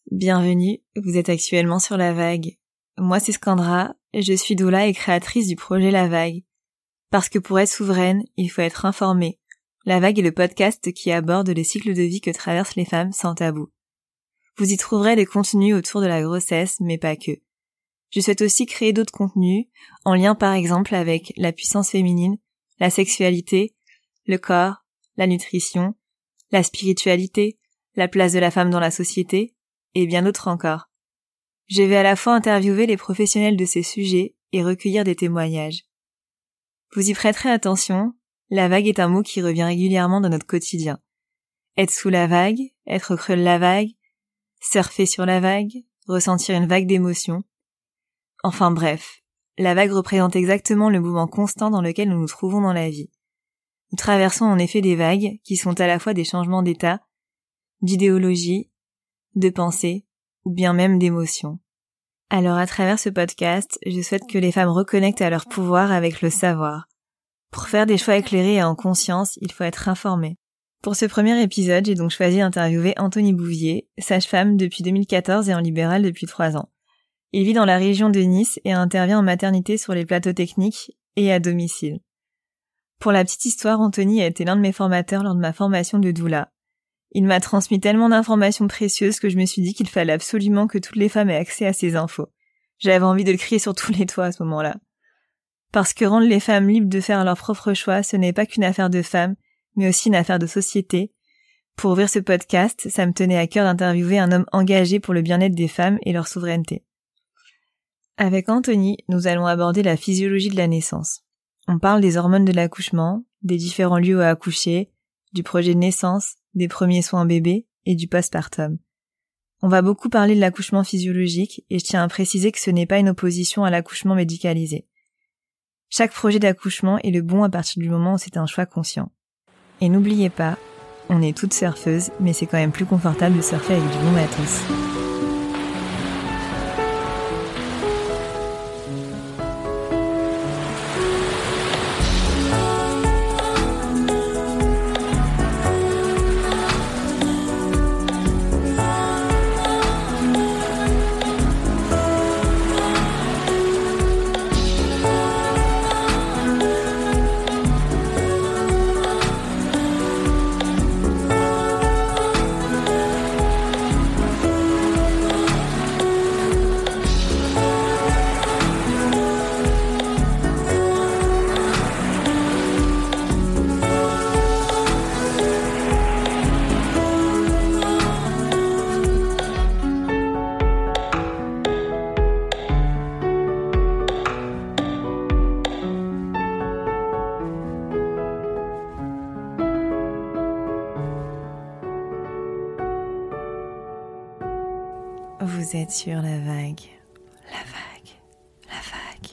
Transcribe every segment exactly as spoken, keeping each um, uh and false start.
Bienvenue, vous êtes actuellement sur La Vague. Moi c'est Skandra, je suis doula et créatrice du projet La Vague. Parce que pour être souveraine, il faut être informée. La Vague est le podcast qui aborde les cycles de vie que traversent les femmes sans tabou. Vous y trouverez des contenus autour de la grossesse, mais pas que. Je souhaite aussi créer d'autres contenus, en lien par exemple avec la puissance féminine, la sexualité, le corps, la nutrition, la spiritualité, la place de la femme dans la société, et bien d'autres encore. Je vais à la fois interviewer les professionnels de ces sujets et recueillir des témoignages. Vous y prêterez attention, la vague est un mot qui revient régulièrement dans notre quotidien. Être sous la vague, être au creux de la vague, surfer sur la vague, ressentir une vague d'émotions. Enfin bref, la vague représente exactement le mouvement constant dans lequel nous nous trouvons dans la vie. Nous traversons en effet des vagues qui sont à la fois des changements d'état, d'idéologie, de pensée, ou bien même d'émotion. Alors à travers ce podcast, je souhaite que les femmes reconnectent à leur pouvoir avec le savoir. Pour faire des choix éclairés et en conscience, il faut être informé. Pour ce premier épisode, j'ai donc choisi d'interviewer Anthony Bouvier, sage-femme depuis deux mille quatorze et en libéral depuis trois ans. Il vit dans la région de Nice et intervient en maternité sur les plateaux techniques et à domicile. Pour la petite histoire, Anthony a été l'un de mes formateurs lors de ma formation de doula. Il m'a transmis tellement d'informations précieuses que je me suis dit qu'il fallait absolument que toutes les femmes aient accès à ces infos. J'avais envie de le crier sur tous les toits à ce moment-là. Parce que rendre les femmes libres de faire leurs propres choix, ce n'est pas qu'une affaire de femmes, mais aussi une affaire de société. Pour ouvrir ce podcast, ça me tenait à cœur d'interviewer un homme engagé pour le bien-être des femmes et leur souveraineté. Avec Anthony, nous allons aborder la physiologie de la naissance. On parle des hormones de l'accouchement, des différents lieux où accoucher, du projet de naissance, des premiers soins bébés et du postpartum. On va beaucoup parler de l'accouchement physiologique et je tiens à préciser que ce n'est pas une opposition à l'accouchement médicalisé. Chaque projet d'accouchement est le bon à partir du moment où c'est un choix conscient. Et n'oubliez pas, on est toutes surfeuses, mais c'est quand même plus confortable de surfer avec du bon matos. Vous êtes sur la vague, la vague, la vague.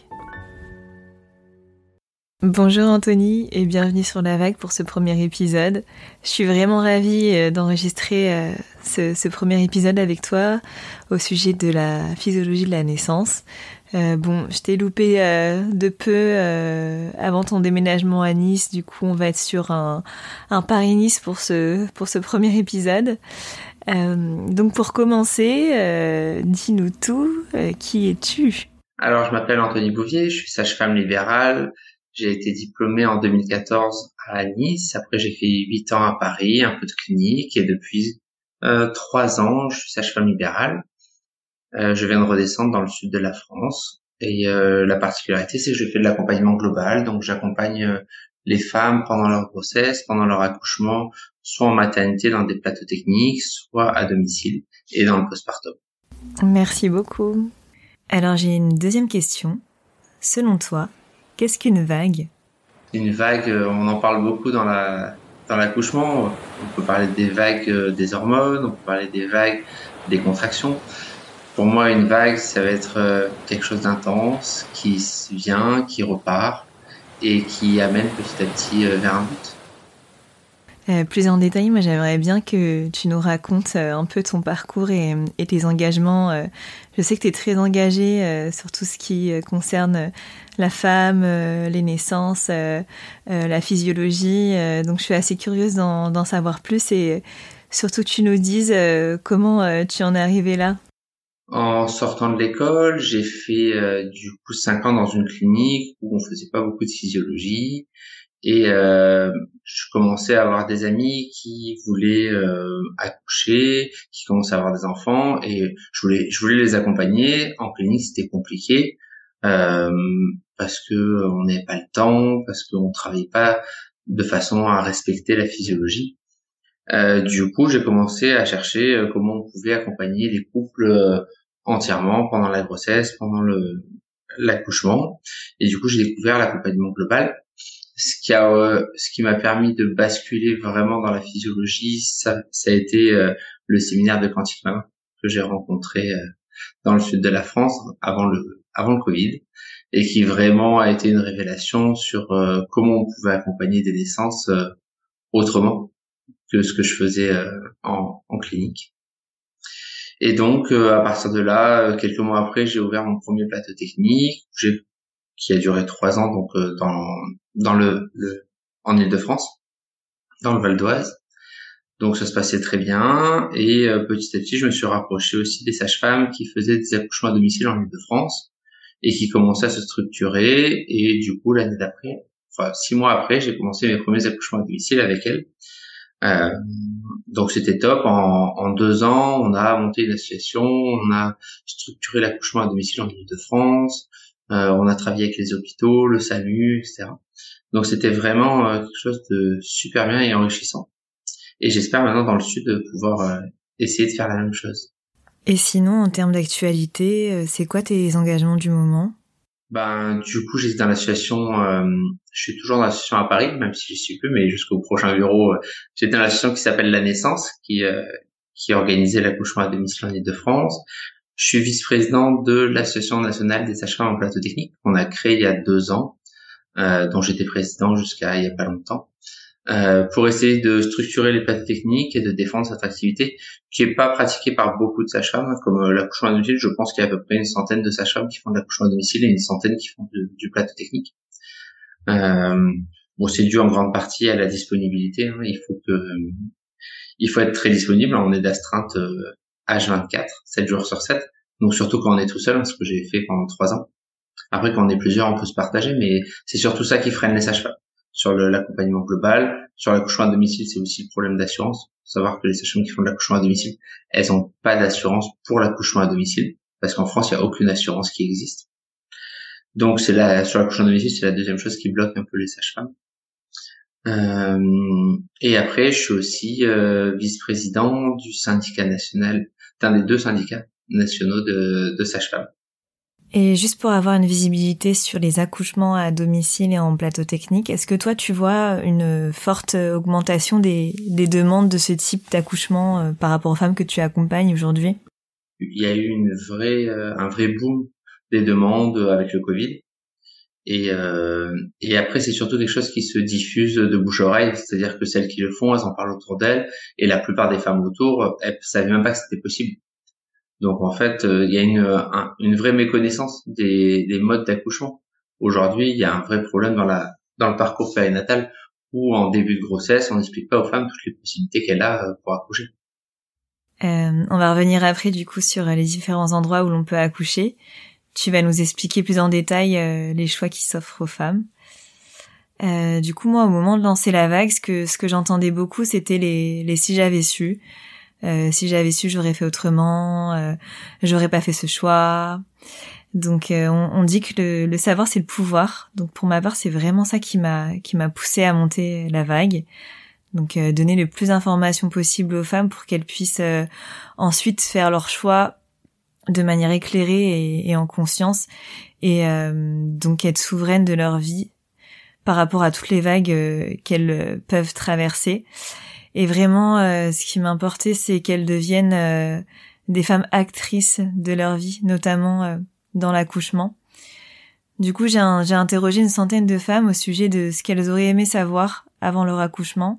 Bonjour Anthony et bienvenue sur la vague pour ce premier épisode. Je suis vraiment ravie d'enregistrer ce, ce premier épisode avec toi au sujet de la physiologie de la naissance. Euh, bon, je t'ai loupé euh, de peu euh, avant ton déménagement à Nice, du coup on va être sur un, un Paris-Nice pour ce, pour ce premier épisode. Euh, donc pour commencer, euh, dis-nous tout, euh, qui es-tu ? Alors je m'appelle Anthony Bouvier, je suis sage-femme libérale, j'ai été diplômée en deux mille quatorze à Nice, après j'ai fait huit ans à Paris, un peu de clinique et depuis euh, trois ans je suis sage-femme libérale. Euh, je viens de redescendre dans le sud de la France et euh, la particularité c'est que je fais de l'accompagnement global, donc j'accompagne euh, les femmes pendant leur grossesse, pendant leur accouchement, soit en maternité dans des plateaux techniques, soit à domicile et dans le postpartum. Merci beaucoup. Alors j'ai une deuxième question. Selon toi, qu'est-ce qu'une vague ? Une vague, on en parle beaucoup dans la dans l'accouchement. On peut parler des vagues des hormones, on peut parler des vagues des contractions. Pour moi, une vague, ça va être quelque chose d'intense qui vient, qui repart et qui amène petit à petit vers un but. Euh, plus en détail, moi j'aimerais bien que tu nous racontes euh, un peu ton parcours et, et tes engagements. Euh, je sais que tu es très engagée euh, sur tout ce qui euh, concerne la femme, euh, les naissances, euh, euh, la physiologie. Euh, donc je suis assez curieuse d'en, d'en savoir plus et surtout que tu nous dises euh, comment euh, tu en es arrivé là. En sortant de l'école, j'ai fait euh, du coup cinq ans dans une clinique où on faisait pas beaucoup de physiologie et euh, je commençais à avoir des amis qui voulaient euh, accoucher, qui commençaient à avoir des enfants et je voulais je voulais les accompagner. En clinique, c'était compliqué euh, parce que on n'avait pas le temps, parce qu'on travaillait pas de façon à respecter la physiologie. Euh, du coup, j'ai commencé à chercher euh, comment on pouvait accompagner les couples euh, entièrement pendant la grossesse, pendant le l'accouchement. Et du coup, j'ai découvert l'accompagnement global, ce qui a, euh, ce qui m'a permis de basculer vraiment dans la physiologie. Ça, ça a été euh, le séminaire de Quantique Mama que j'ai rencontré euh, dans le sud de la France avant le avant le Covid et qui vraiment a été une révélation sur euh, comment on pouvait accompagner des naissances euh, autrement que ce que je faisais euh, en, en clinique. Et donc, euh, à partir de là, euh, quelques mois après, j'ai ouvert mon premier plateau technique, j'ai, qui a duré trois ans, donc euh, dans dans le, le en Île-de-France, dans le Val d'Oise. Donc, ça se passait très bien. Et euh, petit à petit, je me suis rapproché aussi des sages-femmes qui faisaient des accouchements à domicile en Île-de-France et qui commençaient à se structurer. Et du coup, l'année d'après, enfin six mois après, j'ai commencé mes premiers accouchements à domicile avec elles. Euh, donc c'était top. En, en deux ans, on a monté une association, on a structuré l'accouchement à domicile en Île-de-France, euh, on a travaillé avec les hôpitaux, le SAMU, et cetera. Donc c'était vraiment euh, quelque chose de super bien et enrichissant. Et j'espère maintenant dans le sud de pouvoir euh, essayer de faire la même chose. Et sinon, en termes d'actualité, euh, c'est quoi tes engagements du moment ? Ben du coup j'étais dans l'association, euh, je suis toujours dans l'association à Paris, même si je suis plus, mais jusqu'au prochain bureau, euh, j'étais dans l'association qui s'appelle La Naissance, qui euh, qui organisait l'accouchement à domicile en Île-de-France. Je suis vice-président de l'association nationale des sages-femmes en plateau technique qu'on a créée il y a deux ans, euh, dont j'étais président jusqu'à il y a pas longtemps. Euh, pour essayer de structurer les plateaux techniques et de défendre cette activité qui est pas pratiquée par beaucoup de sages-femmes, comme euh, l'accouchement à domicile. Je pense qu'il y a à peu près une centaine de sages-femmes qui font de l'accouchement à domicile et une centaine qui font de, du plateau technique. Euh, bon, c'est dû en grande partie à la disponibilité. Hein. Il faut que, euh, il faut être très disponible. On est d'astreinte euh, H vingt-quatre, sept jours sur sept. Donc surtout quand on est tout seul, hein, ce que j'ai fait pendant trois ans. Après, quand on est plusieurs, on peut se partager, mais c'est surtout ça qui freine les sages-femmes. Sur le, l'accompagnement global, sur l'accouchement à domicile, c'est aussi le problème d'assurance. Faut savoir que les sages-femmes qui font de l'accouchement à domicile, elles ont pas d'assurance pour l'accouchement à domicile, parce qu'en France, il y a aucune assurance qui existe. Donc, c'est là, sur l'accouchement à domicile, c'est la deuxième chose qui bloque un peu les sages-femmes. Euh, et après, je suis aussi euh, vice-président du syndicat national, d'un des deux syndicats nationaux de, de sages-femmes. Et juste pour avoir une visibilité sur les accouchements à domicile et en plateau technique, est-ce que toi tu vois une forte augmentation des, des demandes de ce type d'accouchement euh, par rapport aux femmes que tu accompagnes aujourd'hui ? Il y a eu une vraie, euh, un vrai boom des demandes avec le Covid. Et, euh, et après, c'est surtout des choses qui se diffusent de bouche à oreille, c'est-à-dire que celles qui le font, elles en parlent autour d'elles, et la plupart des femmes autour, elles savaient même pas que c'était possible. Donc en fait, euh, il y a une, un, une vraie méconnaissance des, des modes d'accouchement. Aujourd'hui, il y a un vrai problème dans la dans le parcours périnatal où en début de grossesse, on n'explique pas aux femmes toutes les possibilités qu'elle a pour accoucher. Euh, on va revenir après du coup sur les différents endroits où l'on peut accoucher. Tu vas nous expliquer plus en détail euh, les choix qui s'offrent aux femmes. Euh, du coup, moi, au moment de lancer la vague, ce que ce que j'entendais beaucoup, c'était les les si j'avais su. Euh, si j'avais su, j'aurais fait autrement. Euh, j'aurais pas fait ce choix. Donc, euh, on, on dit que le, le savoir, c'est le pouvoir. Donc, pour ma part, c'est vraiment ça qui m'a qui m'a poussée à monter la vague. Donc, euh, donner le plus d'informations possible aux femmes pour qu'elles puissent euh, ensuite faire leur choix de manière éclairée et, et en conscience, et euh, donc être souveraines de leur vie par rapport à toutes les vagues euh, qu'elles euh, peuvent traverser. Et vraiment, euh, ce qui m'importait, c'est qu'elles deviennent euh, des femmes actrices de leur vie, notamment euh, dans l'accouchement. Du coup, j'ai, un, j'ai interrogé une centaine de femmes au sujet de ce qu'elles auraient aimé savoir avant leur accouchement.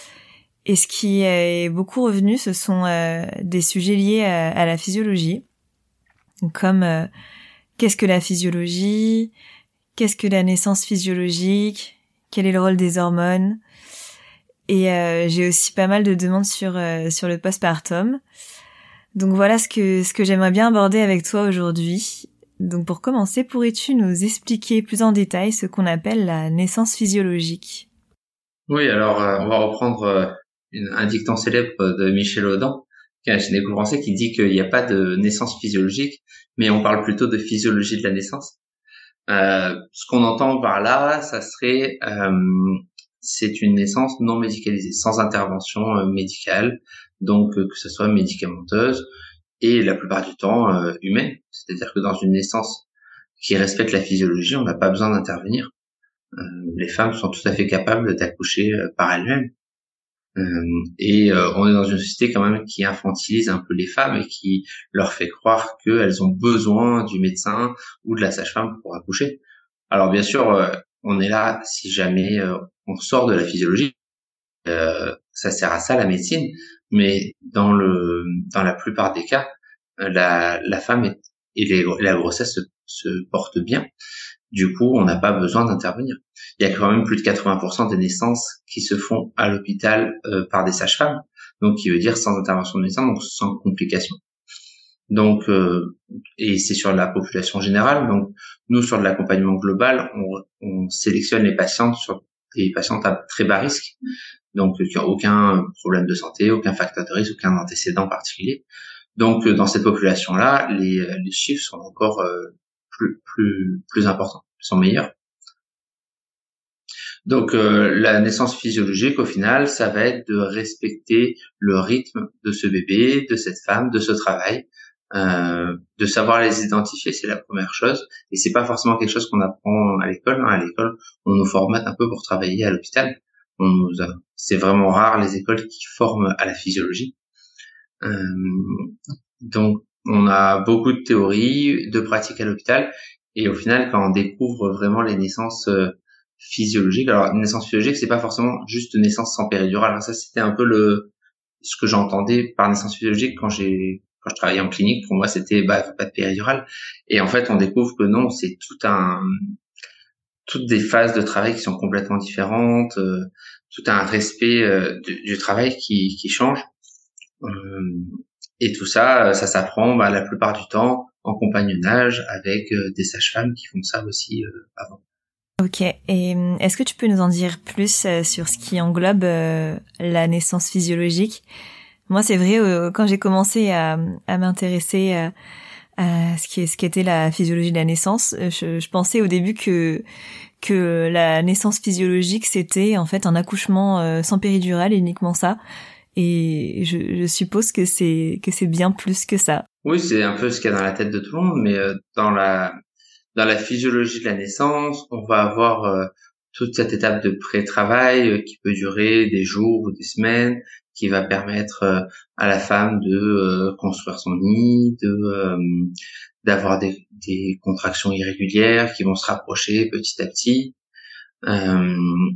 Et ce qui est beaucoup revenu, ce sont euh, des sujets liés à, à la physiologie, comme euh, qu'est-ce que la physiologie, qu'est-ce que la naissance physiologique, quel est le rôle des hormones. et euh, j'ai aussi pas mal de demandes sur euh, sur le postpartum. Donc voilà ce que ce que j'aimerais bien aborder avec toi aujourd'hui. Donc pour commencer, pourrais-tu nous expliquer plus en détail ce qu'on appelle la naissance physiologique? Oui, alors euh, on va reprendre euh, une, un dicton célèbre de Michel Audin, qui est un gynécologue français, qui dit qu'il n'y a pas de naissance physiologique, mais on parle plutôt de physiologie de la naissance. Euh, ce qu'on entend par là, ça serait euh, c'est une naissance non médicalisée, sans intervention euh, médicale, donc euh, que ce soit médicamenteuse et la plupart du temps euh, humaine. C'est-à-dire que dans une naissance qui respecte la physiologie, on n'a pas besoin d'intervenir. Euh, les femmes sont tout à fait capables d'accoucher euh, par elles-mêmes. Euh, et euh, on est dans une société quand même qui infantilise un peu les femmes et qui leur fait croire qu'elles ont besoin du médecin ou de la sage-femme pour accoucher. Alors bien sûr, euh, on est là si jamais euh, on sort de la physiologie. Euh, ça sert à ça la médecine, mais dans le dans la plupart des cas, la, la femme est, et les, la grossesse se, se porte bien. Du coup, on n'a pas besoin d'intervenir. Il y a quand même plus de quatre-vingts pour cent des naissances qui se font à l'hôpital euh, par des sages-femmes, donc qui veut dire sans intervention de médecin, donc sans complications. Donc, euh, et c'est sur la population générale. Donc, nous, sur de l'accompagnement global, on, on sélectionne les patientes sur des patientes à très bas risque, donc qui n'ont aucun problème de santé, aucun facteur de risque, aucun antécédent particulier. Donc, dans cette population-là, les, les chiffres sont encore euh, plus plus plus importants, sont meilleurs. Donc, euh, la naissance physiologique, au final, ça va être de respecter le rythme de ce bébé, de cette femme, de ce travail, euh, de savoir les identifier, c'est la première chose. Et c'est pas forcément quelque chose qu'on apprend à l'école. Hein. À l'école, on nous formate un peu pour travailler à l'hôpital. On nous a... C'est vraiment rare les écoles qui forment à la physiologie. Euh, donc, on a beaucoup de théories, de pratiques à l'hôpital, et au final, quand on découvre vraiment les naissances euh, physiologiques, alors une naissance physiologique, c'est pas forcément juste une naissance sans péridurale. Alors ça, c'était un peu le ce que j'entendais par naissance physiologique quand j'ai quand je travaillais en clinique. Pour moi, c'était bah pas de péridurale. Et en fait, on découvre que non, c'est tout un toutes des phases de travail qui sont complètement différentes, euh, tout un respect euh, du, du travail qui qui change. Euh, et tout ça, ça s'apprend bah, la plupart du temps en compagnonnage avec euh, des sages-femmes qui font ça aussi euh, avant. Ok, et est-ce que tu peux nous en dire plus euh, sur ce qui englobe euh, la naissance physiologique? Moi, c'est vrai, euh, quand j'ai commencé à, à m'intéresser à, à ce qui est, ce qu'était la physiologie de la naissance, je, je pensais au début que que la naissance physiologique c'était en fait un accouchement euh, sans péridurale, uniquement ça. Et je, je suppose que c'est que c'est bien plus que ça. Oui, c'est un peu ce qu'il y a dans la tête de tout le monde, mais euh, dans la dans la physiologie de la naissance, on va avoir euh, toute cette étape de pré-travail euh, qui peut durer des jours ou des semaines, qui va permettre euh, à la femme de euh, construire son nid, de euh, d'avoir des, des contractions irrégulières qui vont se rapprocher petit à petit. Euh,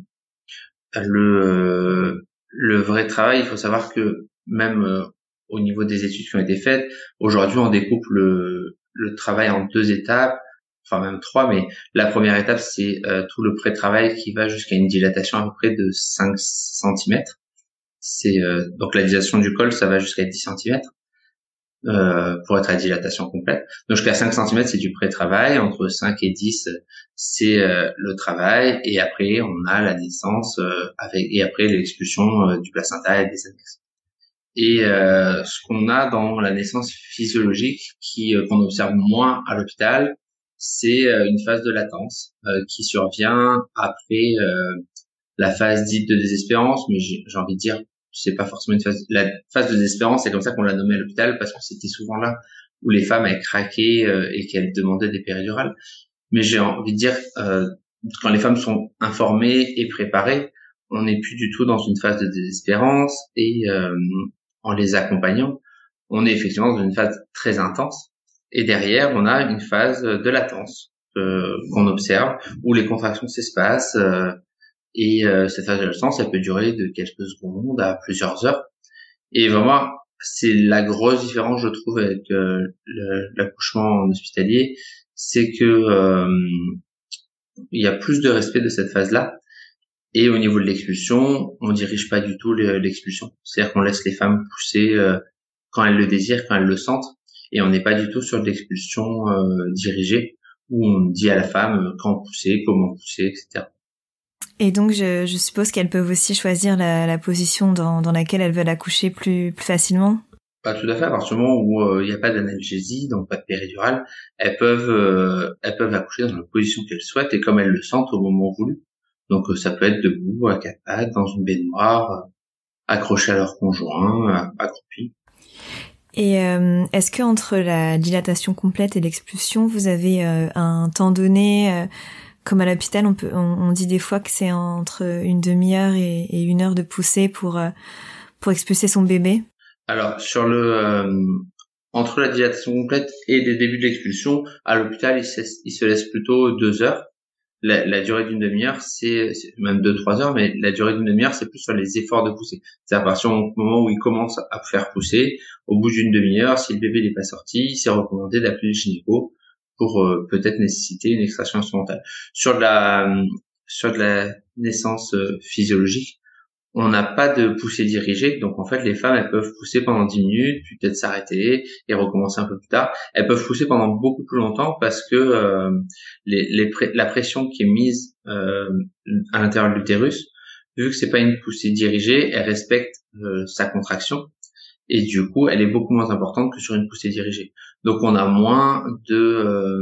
le le vrai travail, il faut savoir que même euh, au niveau des études qui ont été faites, aujourd'hui on découpe le le travail en deux étapes, enfin même trois, mais la première étape c'est euh, tout le pré-travail qui va jusqu'à une dilatation à peu près de cinq centimètres. C'est euh, donc la dilatation du col, ça va jusqu'à dix centimètres. Euh, pour être à dilatation complète. Donc jusqu'à cinq centimètres, c'est du pré-travail. Entre cinq et dix, c'est euh, le travail. Et après, on a la naissance euh, avec et après l'expulsion euh, du placenta et des annexes. Et euh, ce qu'on a dans la naissance physiologique, qui euh, qu'on observe moins à l'hôpital, c'est euh, une phase de latence euh, qui survient après euh, la phase dite de désespérance, mais j'ai, j'ai envie de dire c'est pas forcément une phase. La phase de désespérance, c'est comme ça qu'on l'a nommée à l'hôpital parce que c'était souvent là où les femmes elles craquaient euh, et qu'elles demandaient des péridurales. Mais j'ai envie de dire euh, quand les femmes sont informées et préparées, on n'est plus du tout dans une phase de désespérance et euh, en les accompagnant, on est effectivement dans une phase très intense. Et derrière, on a une phase de latence euh, qu'on observe où les contractions s'espacent. Euh, et euh, cette phase de latence, ça peut durer de quelques secondes à plusieurs heures. Et vraiment, c'est la grosse différence, je trouve, avec euh, le, l'accouchement en hospitalier, c'est que euh, il y a plus de respect de cette phase-là. Et au niveau de l'expulsion, on dirige pas du tout l'expulsion. C'est-à-dire qu'on laisse les femmes pousser euh, quand elles le désirent, quand elles le sentent, et on n'est pas du tout sur de l'expulsion euh, dirigée, où on dit à la femme quand pousser, comment pousser, et cetera. Et donc, je, je suppose qu'elles peuvent aussi choisir la, la position dans, dans laquelle elles veulent accoucher plus, plus facilement. Pas tout à fait. À partir du moment où il euh, n'y a pas d'analgésie, donc pas de péridurale, elles peuvent, euh, elles peuvent accoucher dans la position qu'elles souhaitent et comme elles le sentent au moment voulu. Donc euh, ça peut être debout, à quatre pattes, dans une baignoire, euh, accroché à leur conjoint, euh, accroupi. Et euh, est-ce que entre la dilatation complète et l'expulsion, vous avez euh, un temps donné euh, comme à l'hôpital, on peut, on, on dit des fois que c'est entre une demi-heure et, et une heure de poussée pour euh, pour expulser son bébé. Alors sur le euh, entre la dilatation complète et les débuts de l'expulsion, à l'hôpital, il se, il se laisse plutôt deux heures. La, la durée d'une demi-heure, c'est, c'est même deux trois heures, mais la durée d'une demi-heure, c'est plus sur les efforts de pousser. C'est à partir du moment où il commence à faire pousser, au bout d'une demi-heure, si le bébé n'est pas sorti, c'est recommandé d'appeler le gynéco pour euh, peut-être nécessiter une extraction instrumentale. Sur de la sur de la naissance euh, physiologique, on n'a pas de poussée dirigée, donc en fait les femmes elles peuvent pousser pendant dix minutes, puis peut-être s'arrêter et recommencer un peu plus tard. Elles peuvent pousser pendant beaucoup plus longtemps parce que euh, les, les pré- la pression qui est mise euh, à l'intérieur de l'utérus, vu que c'est pas une poussée dirigée, elle respecte euh, sa contraction et du coup elle est beaucoup moins importante que sur une poussée dirigée. Donc on a moins de euh,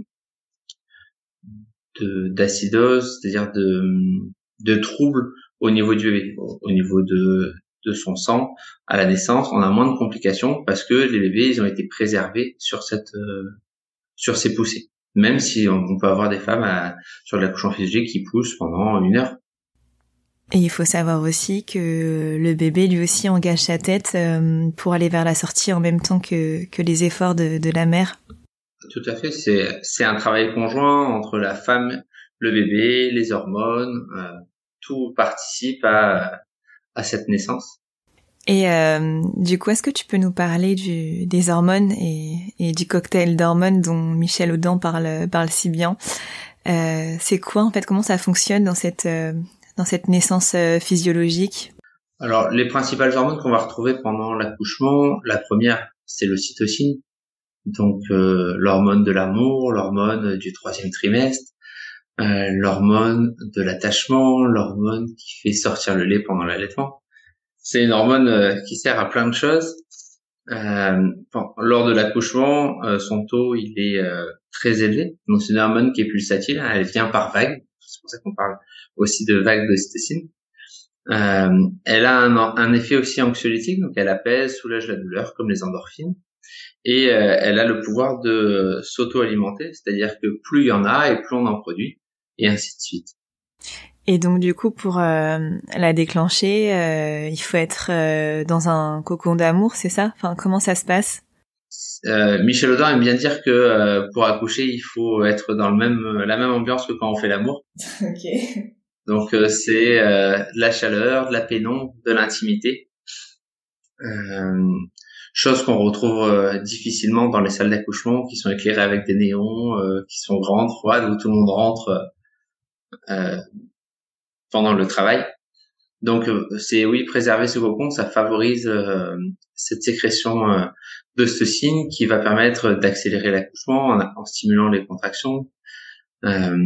de d'acidose, c'est-à-dire de de troubles au niveau du bébé, au niveau de de son sang à la naissance, on a moins de complications parce que les bébés ils ont été préservés sur cette euh, sur ces poussées. Même si on, on peut avoir des femmes à, sur l'accouchement physiologique qui poussent pendant une heure. Et il faut savoir aussi que le bébé lui aussi engage sa tête euh, pour aller vers la sortie en même temps que que les efforts de, de la mère. Tout à fait, c'est c'est un travail conjoint entre la femme, le bébé, les hormones, euh, tout participe à à cette naissance. Et euh, du coup, est-ce que tu peux nous parler du, des hormones et, et du cocktail d'hormones dont Michel Audin parle, parle si bien? euh, C'est quoi en fait? Comment ça fonctionne dans cette, euh, dans cette naissance euh, physiologique? Alors, les principales hormones qu'on va retrouver pendant l'accouchement, la première, c'est l'ocytocine, donc euh, l'hormone de l'amour, l'hormone du troisième trimestre, euh, l'hormone de l'attachement, l'hormone qui fait sortir le lait pendant l'allaitement. C'est une hormone euh, qui sert à plein de choses. Euh, bon, lors de l'accouchement, euh, son taux il est euh, très élevé. Donc c'est une hormone qui est pulsatile, hein, elle vient par vague. C'est pour ça qu'on parle aussi de vague d'ocytocine. Euh, elle a un, un effet aussi anxiolytique, donc elle apaise, soulage la douleur comme les endorphines. Et euh, elle a le pouvoir de s'auto-alimenter, c'est-à-dire que plus il y en a et plus on en produit, et ainsi de suite. Et donc du coup, pour euh, la déclencher, euh, il faut être euh, dans un cocon d'amour, c'est ça? Enfin, comment ça se passe? Euh, Michel Audin aime bien dire que euh, pour accoucher, il faut être dans le même la même ambiance que quand on fait l'amour. Ok. Donc euh, c'est euh, de la chaleur, de la pénombre, de l'intimité. Euh, chose qu'on retrouve euh, difficilement dans les salles d'accouchement qui sont éclairées avec des néons, euh, qui sont grandes, froides, où tout le monde rentre euh, pendant le travail. Donc euh, c'est oui, préserver ce cocon, ça favorise euh, cette sécrétion euh, d'ocytocine qui va permettre d'accélérer l'accouchement en, en stimulant les contractions euh,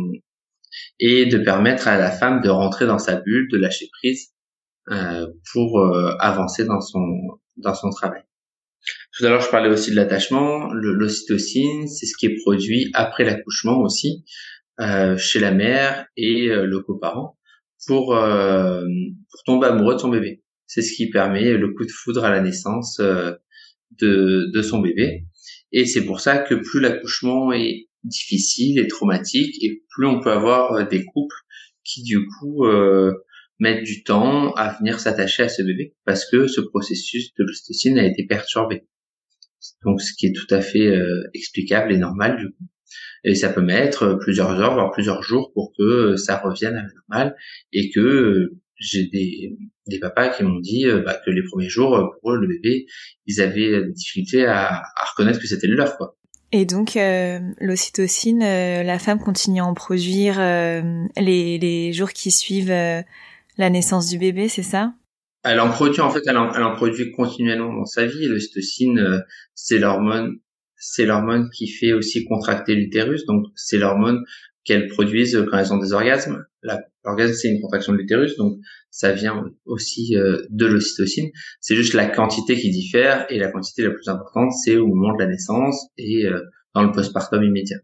et de permettre à la femme de rentrer dans sa bulle, de lâcher prise euh, pour euh, avancer dans son dans son travail. Tout à l'heure, je parlais aussi de l'attachement. Le, l'ocytocine, c'est ce qui est produit après l'accouchement aussi, euh, chez la mère et euh, le coparent, pour, euh, pour tomber amoureux de son bébé. C'est ce qui permet le coup de foudre à la naissance euh, de, de son bébé. Et c'est pour ça que plus l'accouchement est difficile et traumatique, et plus on peut avoir euh, des couples qui, du coup, euh, mettent du temps à venir s'attacher à ce bébé, parce que ce processus de l'ocytocine a été perturbé. Donc, ce qui est tout à fait euh, explicable et normal du coup. Et ça peut mettre plusieurs heures, voire plusieurs jours pour que ça revienne à la normale et que euh, j'ai des, des papas qui m'ont dit euh, bah, que les premiers jours, pour eux, le bébé, ils avaient des difficultés à, à reconnaître que c'était le leur, quoi. Et donc, euh, l'ocytocine, euh, la femme continue à en produire euh, les, les jours qui suivent euh, la naissance du bébé, c'est ça? Elle en produit, en fait, elle en, elle en produit continuellement dans sa vie. L'ocytocine, euh, c'est l'hormone, c'est l'hormone qui fait aussi contracter l'utérus. Donc, c'est l'hormone qu'elles produisent quand elles ont des orgasmes. La, l'orgasme, c'est une contraction de l'utérus, donc ça vient aussi euh, de l'ocytocine. C'est juste la quantité qui diffère, et la quantité la plus importante, c'est au moment de la naissance et euh, dans le postpartum immédiat.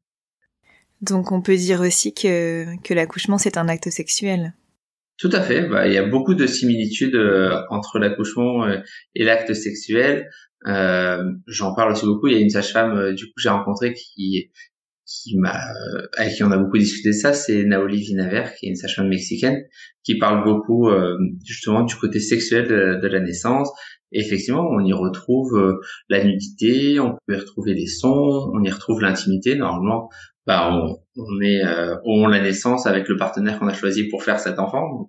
Donc, on peut dire aussi que, que l'accouchement, c'est un acte sexuel. Tout à fait. Bah, il y a beaucoup de similitudes euh, entre l'accouchement euh, et l'acte sexuel. Euh, j'en parle aussi beaucoup. Il y a une sage-femme, euh, du coup, j'ai rencontré qui qui m'a euh, avec qui on a beaucoup discuté de ça. C'est Naoli Vinaver, qui est une sage-femme mexicaine, qui parle beaucoup euh, justement du côté sexuel de, de la naissance. Et effectivement, on y retrouve euh, la nudité, on peut y retrouver les sons, on y retrouve l'intimité. Normalement, bah, on, on est euh, au moment de la naissance avec le partenaire qu'on a choisi pour faire cet enfant. Donc,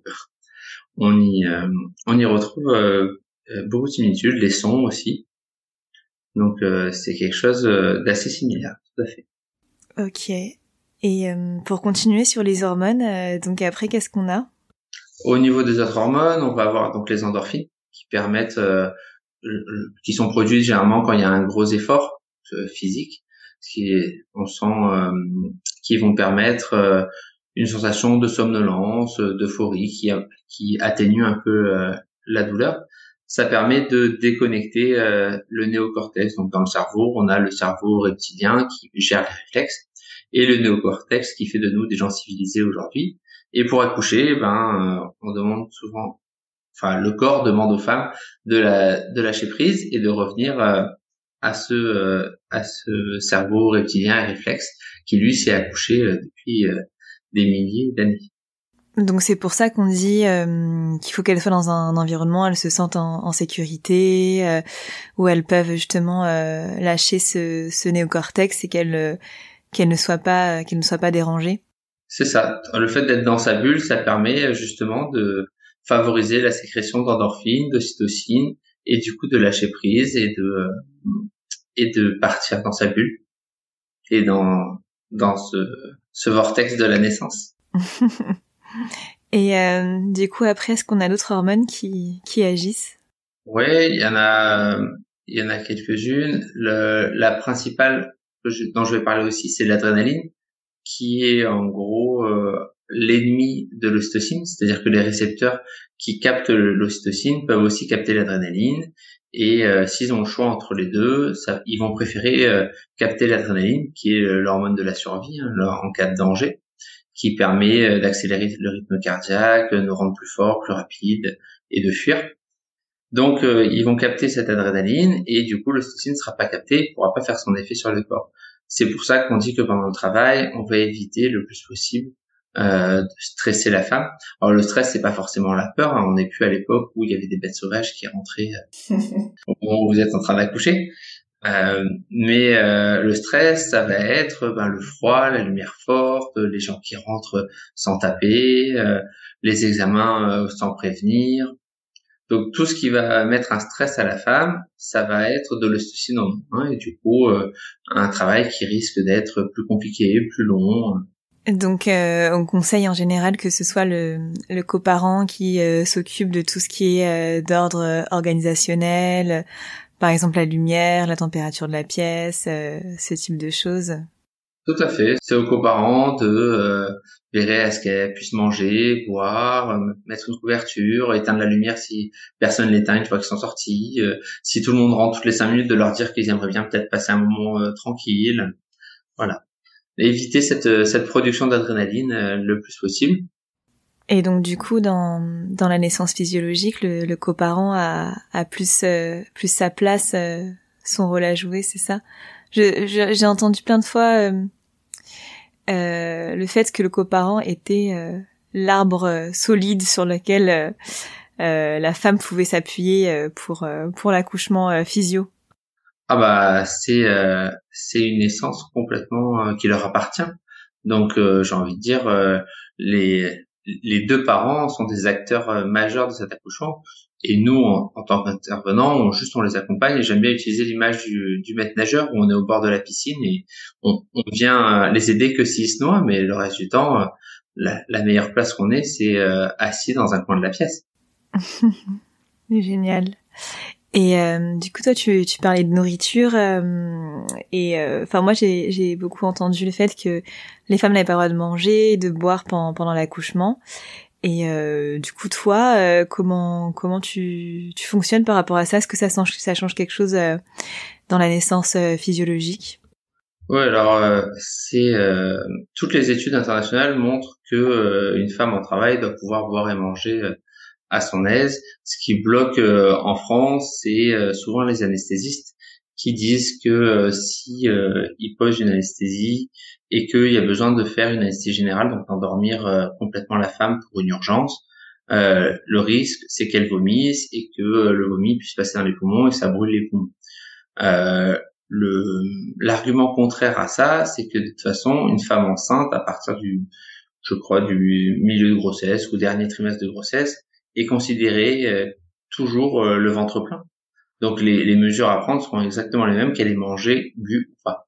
on y euh, on y retrouve euh, beaucoup de similitudes, les sons aussi. Donc euh, c'est quelque chose d'assez similaire, tout à fait. Ok. Et euh, pour continuer sur les hormones, euh, donc après, qu'est-ce qu'on a? Au niveau des autres hormones, on va avoir donc les endorphines qui permettent, euh, qui sont produites généralement quand il y a un gros effort euh, physique, qui on sent, euh, qui vont permettre euh, une sensation de somnolence, d'euphorie, qui qui atténue un peu euh, la douleur. Ça permet de déconnecter euh, le néocortex. Donc dans le cerveau, on a le cerveau reptilien qui gère les réflexes et le néocortex qui fait de nous des gens civilisés aujourd'hui. Et pour accoucher, ben, euh, on demande souvent, enfin, le corps demande aux femmes de la, de lâcher prise et de revenir euh, à ce, euh, à ce cerveau reptilien et réflexe qui lui s'est accouché euh, depuis euh, des milliers d'années. Donc c'est pour ça qu'on dit euh, qu'il faut qu'elles soient dans un environnement, elles se sentent en, en sécurité, euh, où elles peuvent justement euh, lâcher ce, ce néocortex et qu'elles euh, qu'elles ne soient pas qu'elles ne soient pas dérangées. C'est ça. Le fait d'être dans sa bulle, ça permet justement de favoriser la sécrétion d'endorphines, d'ocytocine, et du coup de lâcher prise et de et de partir dans sa bulle et dans dans ce ce vortex de la naissance. Et euh, du coup après, est-ce qu'on a d'autres hormones qui qui agissent? Ouais, il y en a il y en a quelques-unes. Le, la principale que je, dont je vais parler aussi, c'est l'adrénaline, qui est en gros euh, l'ennemi de l'ocytocine, c'est-à-dire que les récepteurs qui captent l'ocytocine peuvent aussi capter l'adrénaline, et euh, s'ils ont le choix entre les deux, ça, ils vont préférer euh, capter l'adrénaline, qui est l'hormone de la survie, hein, en cas de danger, qui permet euh, d'accélérer le rythme cardiaque, de nous rendre plus forts, plus rapides, et de fuir. Donc euh, ils vont capter cette adrénaline, et du coup l'ocytocine ne sera pas captée, il pourra pas faire son effet sur le corps. C'est pour ça qu'on dit que pendant le travail, on va éviter le plus possible euh, de stresser la femme. Alors le stress, c'est pas forcément la peur, hein. On n'est plus à l'époque où il y avait des bêtes sauvages qui rentraient euh, au moment où vous êtes en train d'accoucher. Euh, mais euh, le stress, ça va être ben, le froid, la lumière forte, les gens qui rentrent sans taper, euh, les examens euh, sans prévenir. Donc tout ce qui va mettre un stress à la femme, ça va être de l'ocytocine en moins, et du coup euh, un travail qui risque d'être plus compliqué, plus long. Donc euh, on conseille en général que ce soit le, le coparent qui euh, s'occupe de tout ce qui est euh, d'ordre organisationnel, euh, par exemple la lumière, la température de la pièce, euh, ce type de choses. Tout à fait. C'est aux coparents de euh, veiller à ce qu'elles puissent manger, boire, euh, mettre une couverture, éteindre la lumière si personne l'éteint une fois qu'ils sont sortis. Euh, si tout le monde rentre toutes les cinq minutes, de leur dire qu'ils aimeraient bien peut-être passer un moment euh, tranquille. Voilà. Et éviter cette, cette production d'adrénaline euh, le plus possible. Et donc du coup, dans dans la naissance physiologique, le, le coparent a a plus euh, plus sa place, euh, son rôle à jouer, c'est ça. Je, je j'ai entendu plein de fois euh, euh, le fait que le coparent était euh, l'arbre solide sur lequel euh, euh, la femme pouvait s'appuyer euh, pour euh, pour l'accouchement euh, physio. Ah bah c'est euh, c'est une naissance complètement euh, qui leur appartient. Donc euh, j'ai envie de dire euh, les les deux parents sont des acteurs euh, majeurs de cet accouchement, Et nous, en, en tant qu'intervenants, on, juste on les accompagne. Et j'aime bien utiliser l'image du, du maître nageur où on est au bord de la piscine et on, on vient les aider que s'ils se noient, mais le reste du temps, la, la meilleure place qu'on ait, c'est euh, assis dans un coin de la pièce. Génial. Et euh, du coup, toi, tu, tu parlais de nourriture euh, et enfin euh, moi, j'ai, j'ai beaucoup entendu le fait que les femmes n'avaient pas le droit de manger, de boire pendant, pendant l'accouchement. Et euh, du coup, toi, euh, comment comment tu tu fonctionnes par rapport à ça? Est-ce que ça change ça change quelque chose euh, dans la naissance euh, physiologique? Ouais, alors euh, c'est euh, toutes les études internationales montrent que euh, une femme en travail doit pouvoir boire et manger euh, à son aise. Ce qui bloque euh, en France, c'est euh, souvent les anesthésistes qui disent que euh, si euh, ils posent une anesthésie et qu'il y a besoin de faire une anesthésie générale, donc d'endormir euh, complètement la femme pour une urgence, euh, le risque c'est qu'elle vomisse et que euh, le vomi puisse passer dans les poumons et ça brûle les poumons. Euh, le l'argument contraire à ça, c'est que de toute façon, une femme enceinte, à partir du, je crois, du milieu de grossesse ou dernier trimestre de grossesse, est considérée euh, toujours euh, le ventre plein. Donc les, les mesures à prendre seront exactement les mêmes qu'elle ait mangé, bu ou pas.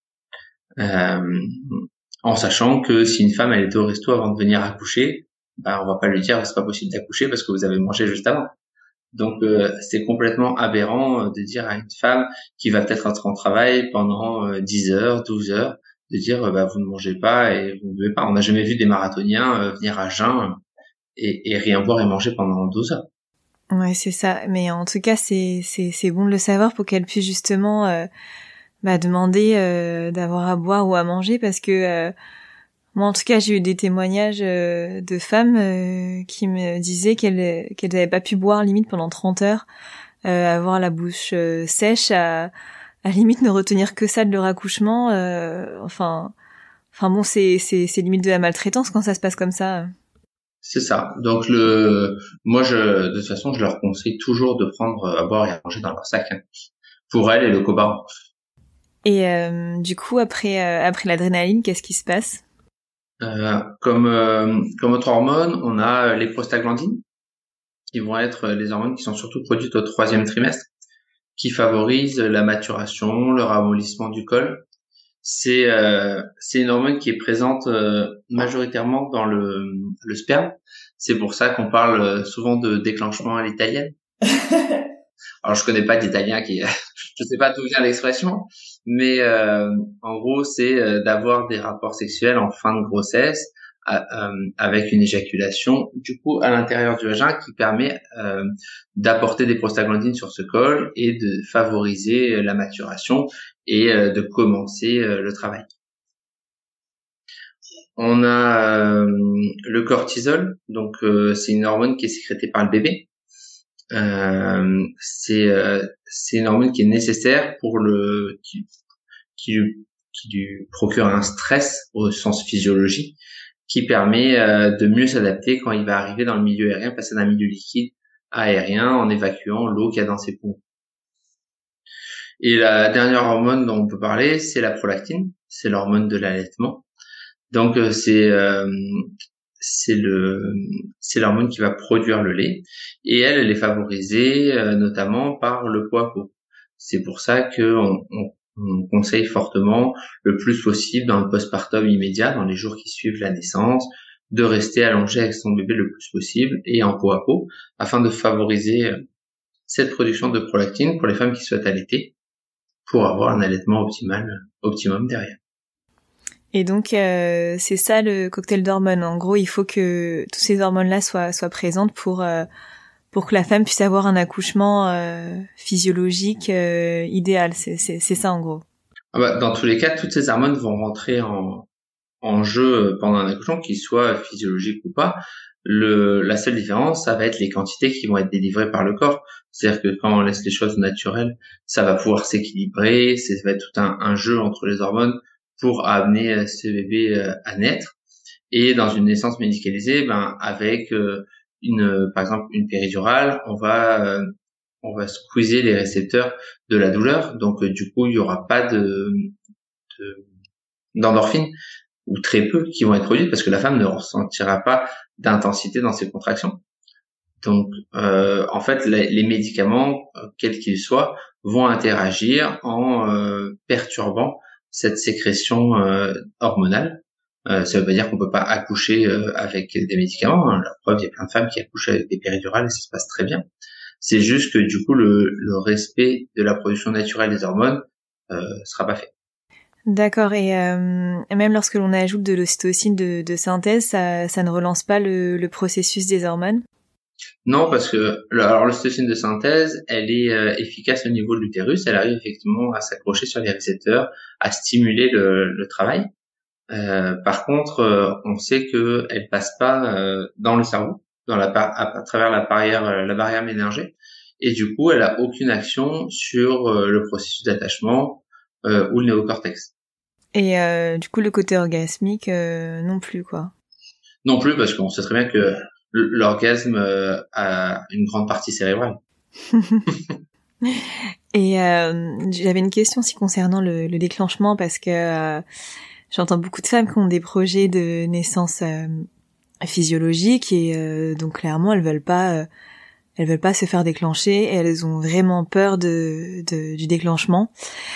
Euh, en sachant que si une femme elle était au resto avant de venir accoucher, bah on va pas lui dire c'est pas possible d'accoucher parce que vous avez mangé juste avant. Donc euh, c'est complètement aberrant de dire à une femme qui va peut-être être en travail pendant euh, dix heures, douze heures, de dire euh, bah vous ne mangez pas et vous ne buvez pas. On n'a jamais vu des marathoniens euh, venir à jeun et, et rien boire et manger pendant douze heures. Ouais, c'est ça. Mais en tout cas, c'est c'est c'est bon de le savoir pour qu'elle puisse justement euh, bah, demander euh, d'avoir à boire ou à manger parce que euh, moi, en tout cas, j'ai eu des témoignages euh, de femmes euh, qui me disaient qu'elles qu'elles n'avaient pas pu boire limite pendant trente heures, euh, avoir la bouche euh, sèche, à, à limite ne retenir que ça de leur accouchement. Euh, enfin, enfin bon, c'est c'est c'est limite de la maltraitance quand ça se passe comme ça. C'est ça. Donc le, moi je, de toute façon, je leur conseille toujours de prendre à boire et à manger dans leur sac hein, pour elles et le cobain. Et euh, du coup, après euh, après l'adrénaline, qu'est-ce qui se passe? Euh, comme euh, comme autre hormone, on a les prostaglandines qui vont être les hormones qui sont surtout produites au troisième trimestre, qui favorisent la maturation, le ramollissement du col. C'est euh, c'est une hormone qui est présente euh, majoritairement dans le le sperme. C'est pour ça qu'on parle souvent de déclenchement à l'italienne. Alors je connais pas d'italien qui, je sais pas d'où vient l'expression, mais euh, en gros c'est euh, d'avoir des rapports sexuels en fin de grossesse à, euh, avec une éjaculation du coup à l'intérieur du vagin qui permet euh, d'apporter des prostaglandines sur ce col et de favoriser la maturation et euh, de commencer euh, le travail. On a euh, le cortisol, donc euh, c'est une hormone qui est sécrétée par le bébé. Euh, c'est euh, c'est une hormone qui est nécessaire pour le qui, qui, lui, qui lui procure un stress au sens physiologique qui permet euh, de mieux s'adapter quand il va arriver dans le milieu aérien, passer d'un milieu liquide à aérien en évacuant l'eau qu'il y a dans ses poumons. Et la dernière hormone dont on peut parler, c'est la prolactine, c'est l'hormone de l'allaitement. Donc euh, c'est euh, c'est le c'est l'hormone qui va produire le lait et elle elle est favorisée euh, notamment par le poids à peau. C'est pour ça que on, on, on conseille fortement le plus possible dans le postpartum immédiat, dans les jours qui suivent la naissance, de rester allongé avec son bébé le plus possible et en peau à peau afin de favoriser cette production de prolactine pour les femmes qui souhaitent allaiter pour avoir un allaitement optimal optimum derrière. Et donc euh, c'est ça le cocktail d'hormones. En gros, il faut que toutes ces hormones-là soient soient présentes pour euh, pour que la femme puisse avoir un accouchement euh, physiologique euh, idéal. C'est c'est c'est ça en gros. Ah bah, dans tous les cas, toutes ces hormones vont rentrer en en jeu pendant un accouchement, qu'il soit physiologique ou pas. Le la seule différence, ça va être les quantités qui vont être délivrées par le corps. C'est-à-dire que quand on laisse les choses naturelles, ça va pouvoir s'équilibrer. Ça va être tout un, un jeu entre les hormones pour amener ce bébé à naître. Et dans une naissance médicalisée, ben avec une, par exemple, une péridurale, on va on va squeezer les récepteurs de la douleur. Donc du coup, il y aura pas de, de d'endorphine ou très peu qui vont être produites parce que la femme ne ressentira pas d'intensité dans ses contractions. Donc, euh, en fait, les, les médicaments, euh, quels qu'ils soient, vont interagir en euh, perturbant cette sécrétion euh, hormonale. Euh, ça veut pas dire qu'on peut pas accoucher euh, avec des médicaments, hein. La preuve, il y a plein de femmes qui accouchent avec des péridurales et ça se passe très bien. C'est juste que du coup, le, le respect de la production naturelle des hormones euh, sera pas fait. D'accord, et euh, même lorsque l'on ajoute de l'ocytocine de, de synthèse, ça, ça ne relance pas le, le processus des hormones? Non, parce que le- alors l'ocytocine de synthèse, elle est euh, efficace au niveau de l'utérus. Elle arrive effectivement à s'accrocher sur les récepteurs, à stimuler le, le travail. Euh, par contre, euh, on sait que elle passe pas euh, dans le cerveau, dans la par- à, à travers la barrière, euh, la barrière méningée, et du coup, elle a aucune action sur euh, le processus d'attachement euh, ou le néocortex. Et euh, du coup, le côté orgasmique, euh, non plus, quoi. Non plus, parce qu'on sait très bien que l- l'orgasme euh, a une grande partie cérébrale. Et euh, j'avais une question aussi concernant le, le déclenchement, parce que euh, j'entends beaucoup de femmes qui ont des projets de naissance euh, physiologique, et euh, donc clairement, elles veulent pas... euh, elles veulent pas se faire déclencher, et elles ont vraiment peur de, de du déclenchement.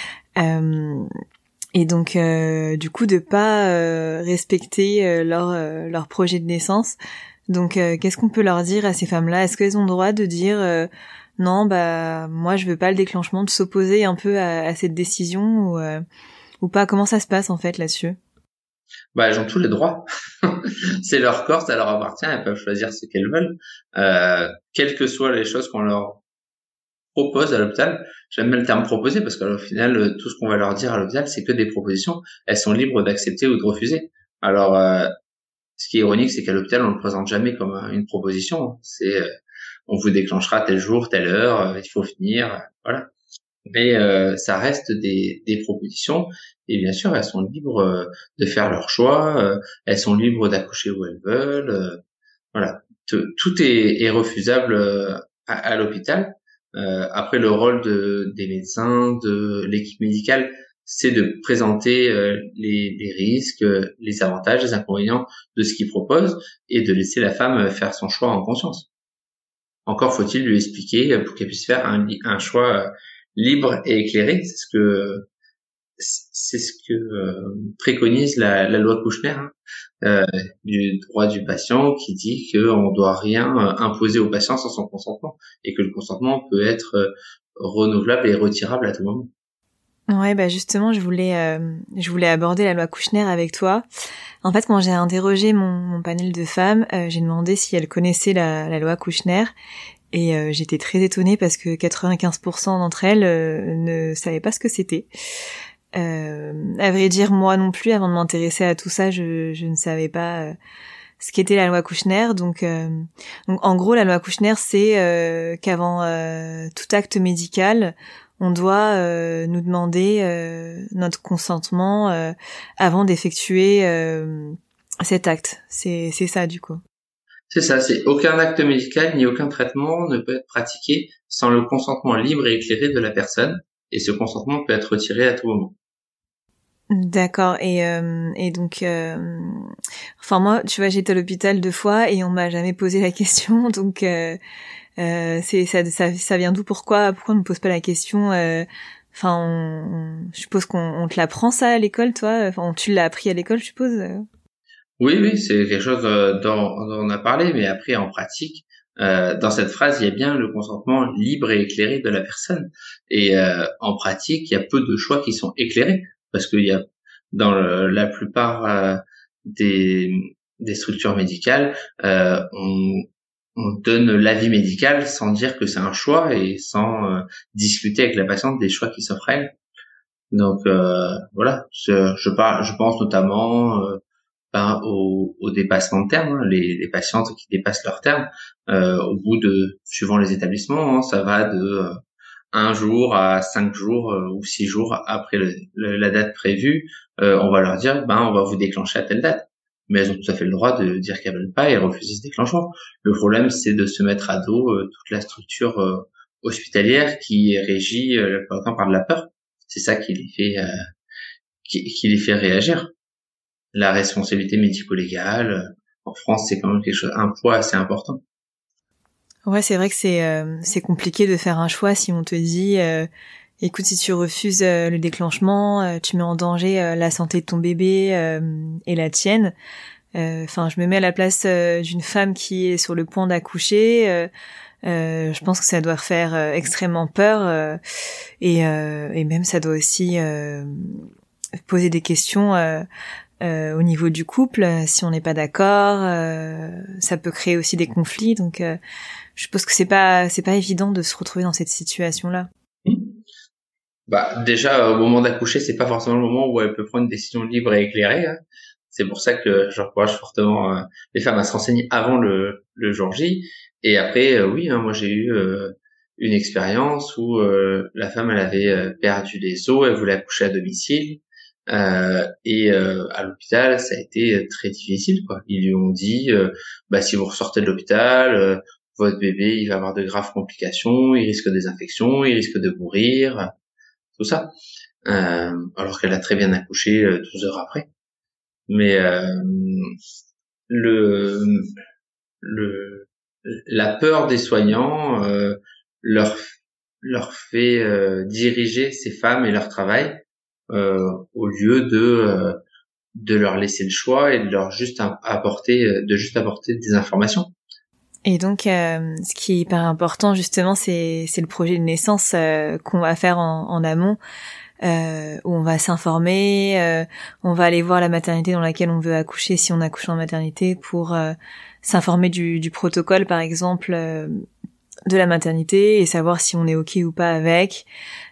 Euh, et donc, euh, du coup, de pas euh, respecter euh, leur euh, leur projet de naissance. Donc, euh, qu'est-ce qu'on peut leur dire à ces femmes-là? Est-ce qu'elles ont le droit de dire euh, non, bah moi, je veux pas le déclenchement, de s'opposer un peu à, à cette décision, ou euh, ou pas? Comment ça se passe en fait là-dessus? Bah, elles ont tous les droits. C'est leur corps, ça leur appartient. Elles peuvent choisir ce qu'elles veulent, euh, quelles que soient les choses qu'on leur propose à l'hôpital. J'aime bien le terme proposer parce qu'au final, euh, tout ce qu'on va leur dire à l'hôpital, c'est que des propositions. Elles sont libres d'accepter ou de refuser. Alors, euh, ce qui est ironique, c'est qu'à l'hôpital, on ne le présente jamais comme euh, une proposition. C'est, euh, on vous déclenchera tel jour, telle heure, euh, il faut finir, euh, voilà. Mais euh, ça reste des, des propositions et bien sûr, elles sont libres euh, de faire leur choix. Euh, elles sont libres d'accoucher où elles veulent. Euh, voilà, tout, tout est, est refusable euh, à, à l'hôpital. Euh, après, le rôle de, des médecins, de l'équipe médicale, c'est de présenter euh, les, les risques, euh, les avantages, les inconvénients de ce qu'ils proposent et de laisser la femme faire son choix en conscience. Encore faut-il lui expliquer euh, pour qu'elle puisse faire un, un choix euh, libre et éclairé. C'est ce que c'est ce que euh, préconise la, la loi Kouchner, hein, euh, du droit du patient, qui dit qu'on ne doit rien euh, imposer au patient sans son consentement et que le consentement peut être euh, renouvelable et retirable à tout moment. Ouais, bah justement, je voulais euh, je voulais aborder la loi Kouchner avec toi. En fait, quand j'ai interrogé mon, mon panel de femmes, euh, j'ai demandé si elles connaissaient la, la loi Kouchner, et euh, j'étais très étonnée parce que quatre-vingt-quinze pour cent d'entre elles euh, ne savaient pas ce que c'était. Euh, à vrai dire, moi non plus, avant de m'intéresser à tout ça, je, je ne savais pas euh, ce qu'était la loi Kouchner. Donc, euh, donc en gros, la loi Kouchner, c'est euh, qu'avant euh, tout acte médical, on doit euh, nous demander euh, notre consentement euh, avant d'effectuer euh, cet acte. C'est, c'est ça du coup. C'est ça, c'est aucun acte médical ni aucun traitement ne peut être pratiqué sans le consentement libre et éclairé de la personne, et ce consentement peut être retiré à tout moment. D'accord. Et euh, et donc, euh, enfin moi, tu vois, j'étais à l'hôpital deux fois et on m'a jamais posé la question. Donc, euh, euh, c'est ça, ça, ça vient d'où? Pourquoi, pourquoi on ne pose pas la question? euh, Enfin, on, on- je suppose qu'on on te l'apprend ça à l'école, toi. Enfin, tu l'as appris à l'école, je suppose. euh. Oui, oui, c'est quelque chose euh, dont, dont on a parlé, mais après en pratique, euh, dans cette phrase, il y a bien le consentement libre et éclairé de la personne. Et euh, en pratique, il y a peu de choix qui sont éclairés, parce qu'il y a dans le- la plupart euh, des, des structures médicales, euh, on, on donne l'avis médical sans dire que c'est un choix et sans euh, discuter avec la patiente des choix qui s'offrent à elle. Donc euh, voilà, je, je, par- je pense notamment euh, ben, au, au dépassement de terme, hein, les, les patientes qui dépassent leur terme, euh, au bout de, suivant les établissements, hein, ça va de euh, un jour à cinq jours euh, ou six jours après le, le- la date prévue, euh, on va leur dire, ben, on va vous déclencher à telle date. Mais elles ont tout à fait le droit de dire qu'elles veulent pas et refuser ce déclenchement. Le problème, c'est de se mettre à dos euh, toute la structure euh, hospitalière qui est régie euh, la plupart du temps par de la peur. C'est ça qui les fait, euh, qui, qui les fait réagir. La responsabilité médico-légale, euh, en France, c'est quand même quelque chose, un poids assez important. Ouais, c'est vrai que c'est euh, c'est compliqué de faire un choix si on te dit euh, écoute, si tu refuses euh, le déclenchement, euh, tu mets en danger euh, la santé de ton bébé euh, et la tienne. Enfin, euh, je me mets à la place euh, d'une femme qui est sur le point d'accoucher. Euh, euh, je pense que ça doit faire euh, extrêmement peur euh, et, euh, et même ça doit aussi euh, poser des questions euh, euh, au niveau du couple. Si on n'est pas d'accord, euh, ça peut créer aussi des conflits. Donc, euh, je pense que c'est pas c'est pas évident de se retrouver dans cette situation-là. Bah déjà au moment d'accoucher, c'est pas forcément le moment où elle peut prendre une décision libre et éclairée. Hein. C'est pour ça que j'encourage fortement euh, les femmes à se renseigner avant le, le jour J. Et après, euh, oui, hein, moi j'ai eu euh, une expérience où euh, la femme elle avait euh, perdu des os, elle voulait accoucher à domicile. Euh, et euh, à l'hôpital, ça a été très difficile, quoi. Ils lui ont dit, euh, bah si vous ressortez de l'hôpital, euh, votre bébé il va avoir de graves complications, il risque des infections, il risque de mourir, tout ça. Euh, alors qu'elle a très bien accouché euh, douze heures après. Mais euh, le, le, la peur des soignants euh, leur leur fait euh, diriger ces femmes et leur travail euh, au lieu de euh, de leur laisser le choix et de leur juste apporter de juste apporter des informations. Et donc, euh, ce qui est hyper important justement, c'est c'est le projet de naissance euh, qu'on va faire en, en amont. Euh, où on va s'informer, euh, on va aller voir la maternité dans laquelle on veut accoucher si on accouche en maternité pour euh, s'informer du, du protocole par exemple euh, de la maternité et savoir si on est ok ou pas avec.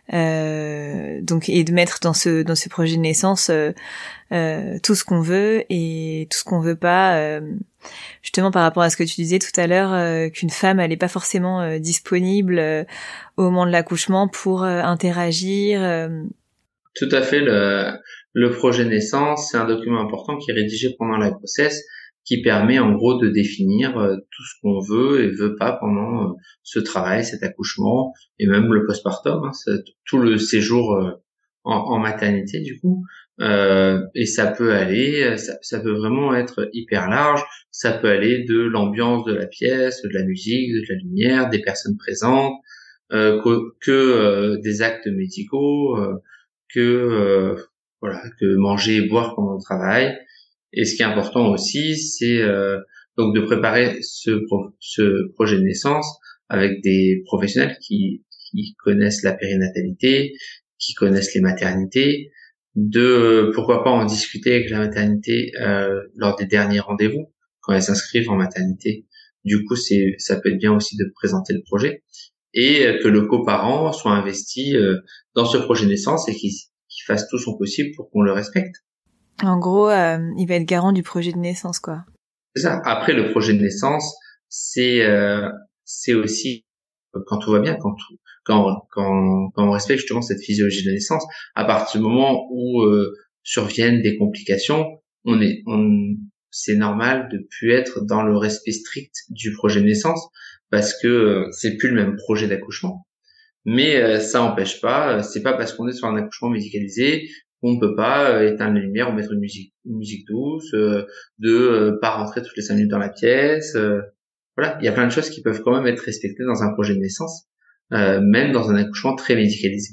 Euh, donc et de mettre dans ce dans ce projet de naissance euh, euh, tout ce qu'on veut et tout ce qu'on veut pas. Euh, justement par rapport à ce que tu disais tout à l'heure, euh, qu'une femme elle est pas forcément euh, disponible euh, au moment de l'accouchement pour euh, interagir. Euh, Tout à fait. Le, le projet naissance, c'est un document important qui est rédigé pendant la grossesse, qui permet en gros de définir euh, tout ce qu'on veut et veut pas pendant euh, ce travail, cet accouchement, et même le postpartum, hein, tout le séjour euh, en, en maternité du coup. Euh, et ça peut aller, ça, ça peut vraiment être hyper large. Ça peut aller de l'ambiance de la pièce, de la musique, de la lumière, des personnes présentes, euh, que, que euh, des actes médicaux. Euh, que euh, voilà que manger et boire pendant le travail. Et ce qui est important aussi, c'est euh, donc de préparer ce pro- ce projet de naissance avec des professionnels qui qui connaissent la périnatalité, qui connaissent les maternités, de pourquoi pas en discuter avec la maternité euh, lors des derniers rendez-vous quand elles s'inscrivent en maternité. Du coup, c'est ça peut être bien aussi de présenter le projet et que le coparent soit investi euh, dans ce projet de naissance et qu'il qu'il fasse tout son possible pour qu'on le respecte. En gros, euh, il va être garant du projet de naissance, quoi. C'est ça. Après, le projet de naissance, c'est euh, c'est aussi quand tout va bien, quand tout, quand quand quand on respecte justement cette physiologie de la naissance. À partir du moment où euh, surviennent des complications, on est on c'est normal de plus être dans le respect strict du projet de naissance parce que euh, c'est plus le même projet d'accouchement. Mais euh, ça n'empêche pas, euh, c'est pas parce qu'on est sur un accouchement médicalisé qu'on ne peut pas euh, éteindre les lumières ou mettre une musique, une musique douce, euh, de euh, pas rentrer toutes les cinq minutes dans la pièce. Euh, voilà, il y a plein de choses qui peuvent quand même être respectées dans un projet de naissance, euh, même dans un accouchement très médicalisé.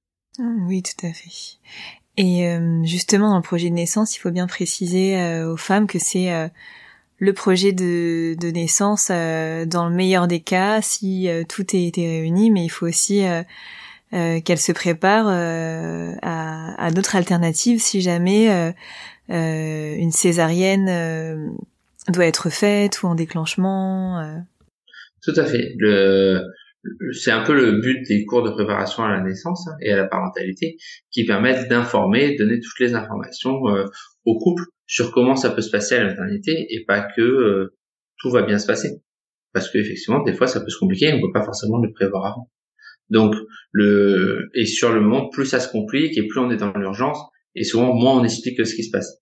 Oui, tout à fait. Et euh, justement, dans le projet de naissance, il faut bien préciser euh, aux femmes que c'est euh, le projet de, de naissance euh, dans le meilleur des cas, si euh, tout est été réuni, mais il faut aussi euh, euh, qu'elles se préparent euh, à, à d'autres alternatives si jamais euh, euh, une césarienne euh, doit être faite ou en déclenchement. Euh. Tout à fait. Le, c'est un peu le but des cours de préparation à la naissance hein, et à la parentalité qui permettent d'informer, de donner toutes les informations euh, au couple sur comment ça peut se passer à la maternité et pas que euh, tout va bien se passer. Parce que effectivement, des fois, ça peut se compliquer, on ne peut pas forcément le prévoir avant. Donc, le et sur le moment, plus ça se complique et plus on est dans l'urgence et souvent moins on explique ce qui se passe.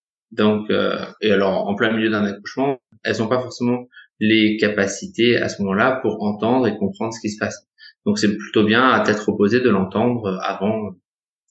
Donc, euh, et alors en plein milieu d'un accouchement, elles n'ont pas forcément les capacités à ce moment-là pour entendre et comprendre ce qui se passe. Donc, c'est plutôt bien à tête reposée de l'entendre avant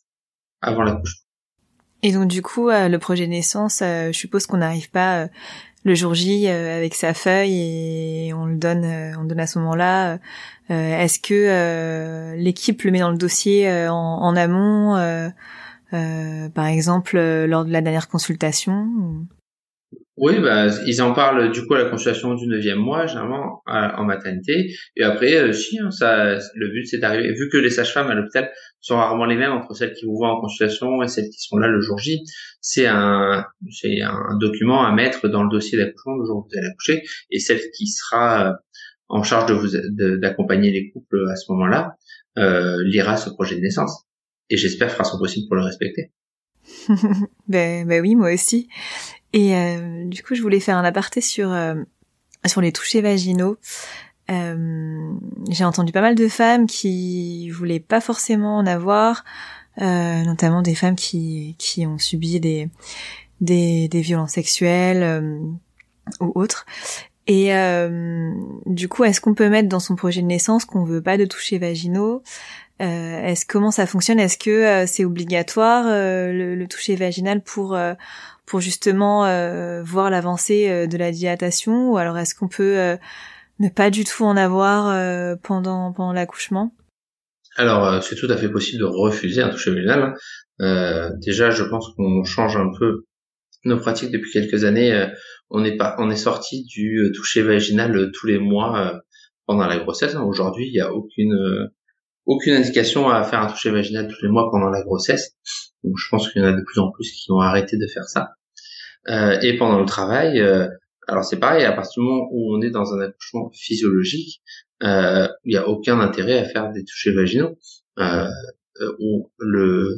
avant l'accouchement. Et donc du coup, euh, le projet de naissance, euh, je suppose qu'on n'arrive pas euh, le jour J euh, avec sa feuille et on le donne, euh, on le donne à ce moment-là. Euh, est-ce que euh, l'équipe le met dans le dossier euh, en, en amont, euh, euh, par exemple euh, lors de la dernière consultation ou... Oui, bah, ils en parlent du coup à la consultation du neuvième mois, généralement à- en maternité. Et après, euh, si, hein, ça, le but c'est d'arriver. Vu que les sages-femmes à l'hôpital sont rarement les mêmes entre celles qui vous voient en consultation et celles qui sont là le jour J, c'est un, c'est un document à mettre dans le dossier d'accouchement le jour où vous allez accoucher. Et celle qui sera euh, en charge de vous de- d'accompagner les couples à ce moment-là euh, lira ce projet de naissance. Et j'espère fera son possible pour le respecter. ben, ben oui, moi aussi. Et euh, du coup, je voulais faire un aparté sur euh, sur les touchés vaginaux. Euh, j'ai entendu pas mal de femmes qui voulaient pas forcément en avoir, euh, notamment des femmes qui qui ont subi des des, des violences sexuelles euh, ou autres. Et euh, du coup, est-ce qu'on peut mettre dans son projet de naissance qu'on veut pas de touchés vaginaux? Euh, est-ce comment ça fonctionne? Est-ce que euh, c'est obligatoire euh, le, le toucher vaginal pour euh, pour justement euh, voir l'avancée euh, de la dilatation, ou alors est-ce qu'on peut euh, ne pas du tout en avoir euh, pendant pendant l'accouchement? Alors, euh, c'est tout à fait possible de refuser un toucher vaginal. Euh, déjà, je pense qu'on change un peu nos pratiques depuis quelques années. Euh, on est pas, on est sorti du euh, toucher vaginal euh, tous les mois euh, pendant la grossesse. Aujourd'hui, il n'y a aucune euh, aucune indication à faire un toucher vaginal tous les mois pendant la grossesse. Donc, je pense qu'il y en a de plus en plus qui ont arrêté de faire ça. Euh, et pendant le travail, euh, alors c'est pareil, à partir du moment où on est dans un accouchement physiologique, euh, il n'y a aucun intérêt à faire des touchés vaginaux. Euh, euh, où le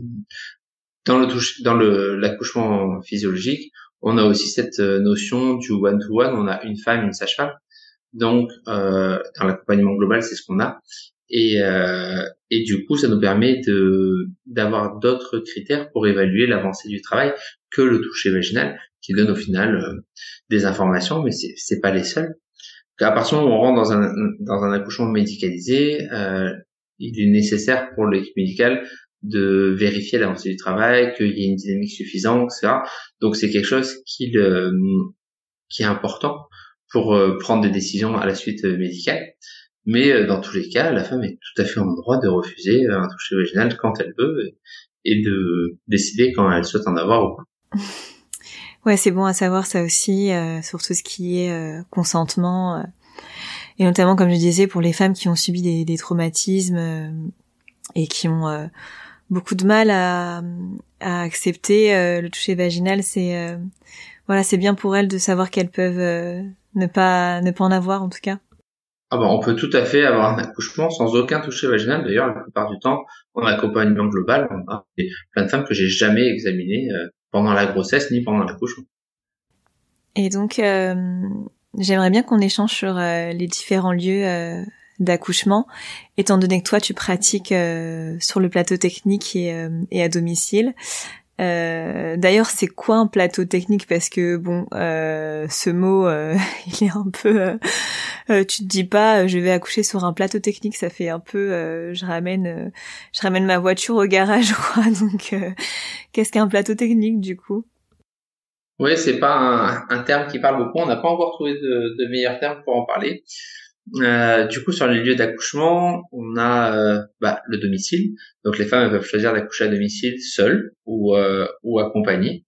dans le touche, dans le l'accouchement physiologique, on a aussi cette notion du one-to-one. On a une femme, une sage-femme. Donc, euh, dans l'accompagnement global, c'est ce qu'on a. Et, euh, et du coup, ça nous permet de d'avoir d'autres critères pour évaluer l'avancée du travail que le toucher vaginal, qui donne au final euh, des informations, mais c'est c'est pas les seuls. À partir du moment où on rentre dans un dans un accouchement médicalisé, euh, il est nécessaire pour l'équipe médicale de vérifier l'avancée du travail, qu'il y ait une dynamique suffisante, et cetera. Donc c'est quelque chose qui le qui est important pour euh, prendre des décisions à la suite euh, médicale. Mais euh, dans tous les cas, la femme est tout à fait en droit de refuser un toucher vaginal quand elle veut et, et de décider quand elle souhaite en avoir ou pas. Ouais, c'est bon à savoir ça aussi, euh, sur tout ce qui est euh, consentement, euh, et notamment, comme je disais, pour les femmes qui ont subi des, des traumatismes euh, et qui ont euh, beaucoup de mal à, à accepter euh, le toucher vaginal. C'est euh, voilà, c'est bien pour elles de savoir qu'elles peuvent euh, ne pas ne pas en avoir, en tout cas. Ah ben, on peut tout à fait avoir un accouchement sans aucun toucher vaginal. D'ailleurs, la plupart du temps, en accompagnement global, on a plein de femmes que j'ai jamais examinées euh, pendant la grossesse ni pendant l'accouchement. Et donc, euh, j'aimerais bien qu'on échange sur euh, les différents lieux euh, d'accouchement, étant donné que toi, tu pratiques euh, sur le plateau technique et, euh, et à domicile. Euh, d'ailleurs, c'est quoi un plateau technique? Parce que bon, euh, ce mot, euh, il est un peu. Euh, euh, tu te dis pas, je vais accoucher sur un plateau technique. Ça fait un peu, euh, je ramène, euh, je ramène ma voiture au garage, quoi. Donc, euh, qu'est-ce qu'un plateau technique du coup? Oui, c'est pas un, un terme qui parle beaucoup. On n'a pas encore trouvé de, de meilleur terme pour en parler. Euh, du coup, sur les lieux d'accouchement, on a euh, bah, le domicile. Donc, les femmes elles peuvent choisir d'accoucher à domicile seules ou euh, ou accompagnées.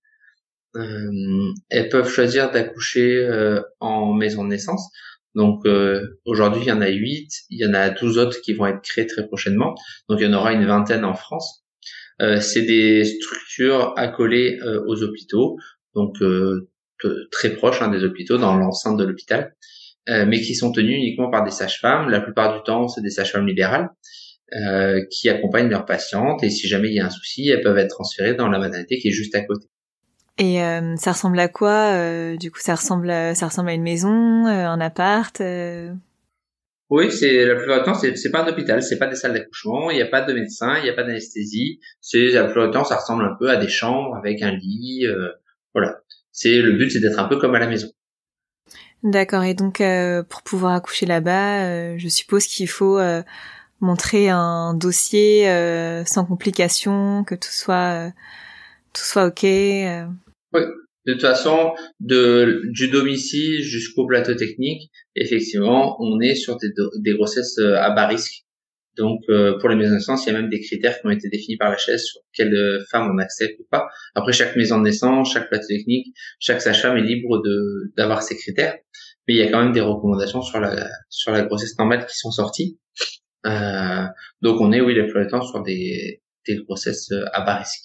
Euh, elles peuvent choisir d'accoucher euh, en maison de naissance. Donc euh, aujourd'hui, il y en a huit, il y en a douze autres qui vont être créées très prochainement. Donc il y en aura une vingtaine en France. Euh, c'est des structures accolées euh, aux hôpitaux, donc euh, très proches hein, des hôpitaux, dans l'enceinte de l'hôpital, euh, mais qui sont tenues uniquement par des sages-femmes. La plupart du temps, c'est des sages-femmes libérales euh, qui accompagnent leurs patientes. Et si jamais il y a un souci, elles peuvent être transférées dans la maternité qui est juste à côté. Et euh, ça ressemble à quoi euh, Du coup, ça ressemble à, ça ressemble à une maison, euh, un appart euh... Oui, c'est la plupart du temps, c'est c'est pas un hôpital, c'est pas des salles d'accouchement, il n'y a pas de médecin, il n'y a pas d'anesthésie. C'est la plupart du temps, ça ressemble un peu à des chambres avec un lit, euh, voilà. C'est le but, c'est d'être un peu comme à la maison. D'accord. Et donc, euh, pour pouvoir accoucher là-bas, euh, je suppose qu'il faut euh, montrer un dossier euh, sans complications, que tout soit euh, tout soit ok. Euh... Oui, De toute façon, de, du domicile jusqu'au plateau technique, effectivement, on est sur des, des grossesses à bas risque. Donc, euh, pour les maisons de naissance, il y a même des critères qui ont été définis par la H A S sur quelle femme on accepte ou pas. Après, chaque maison de naissance, chaque plateau technique, chaque sage-femme est libre de d'avoir ses critères. Mais il y a quand même des recommandations sur la sur la grossesse normale qui sont sorties. Euh, donc, on est, oui, la plupart du temps sur des, des grossesses à bas risque.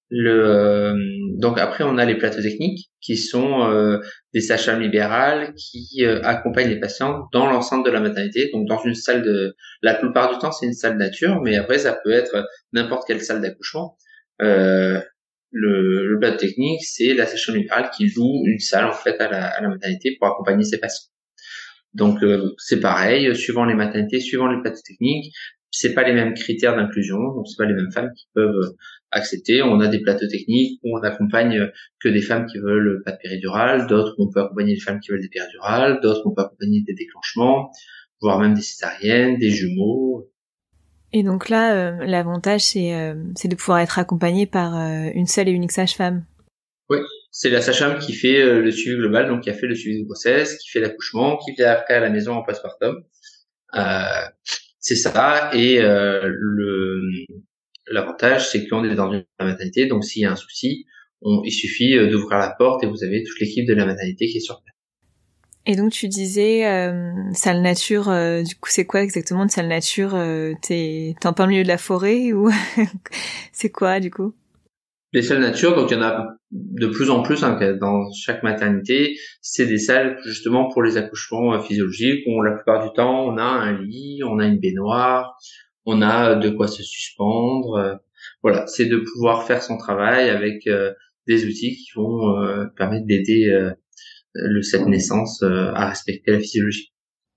Le, donc après, on a les plateaux techniques qui sont euh, des sages-femmes libérales qui euh, accompagnent les patients dans l'enceinte de la maternité, donc dans une salle de... La plupart du temps, c'est une salle nature, mais après, ça peut être n'importe quelle salle d'accouchement. Euh, le, le plateau technique, c'est la sage-femme libérale qui loue une salle en fait à la, à la maternité pour accompagner ses patients. Donc euh, c'est pareil, suivant les maternités, suivant les plateaux techniques, c'est pas les mêmes critères d'inclusion, donc c'est pas les mêmes femmes qui peuvent accepter. On a des plateaux techniques où on accompagne que des femmes qui veulent pas de péridurale, d'autres où on peut accompagner des femmes qui veulent des péridurales, d'autres où on peut accompagner des déclenchements, voire même des césariennes, des jumeaux. Et donc là, euh, l'avantage c'est euh, c'est de pouvoir être accompagné par euh, une seule et unique sage-femme. Oui, c'est la sage-femme qui fait euh, le suivi global, donc qui a fait le suivi de grossesse, qui fait l'accouchement, qui vient après à la maison en postpartum. Euh, c'est ça, et euh, le l'avantage, c'est qu'on est dans une maternité, donc s'il y a un souci, on, il suffit d'ouvrir la porte et vous avez toute l'équipe de la maternité qui est sur place. Et donc tu disais euh, salle nature, euh, du coup c'est quoi exactement une salle nature euh, T'es t'es en plein milieu de la forêt ou c'est quoi du coup? Les salles nature, donc il y en a de plus en plus hein, dans chaque maternité. C'est des salles justement pour les accouchements euh, physiologiques où la plupart du temps on a un lit, on a une baignoire, on a de quoi se suspendre. Euh, voilà, c'est de pouvoir faire son travail avec euh, des outils qui vont euh, permettre d'aider euh, le cette naissance euh, à respecter la physiologie.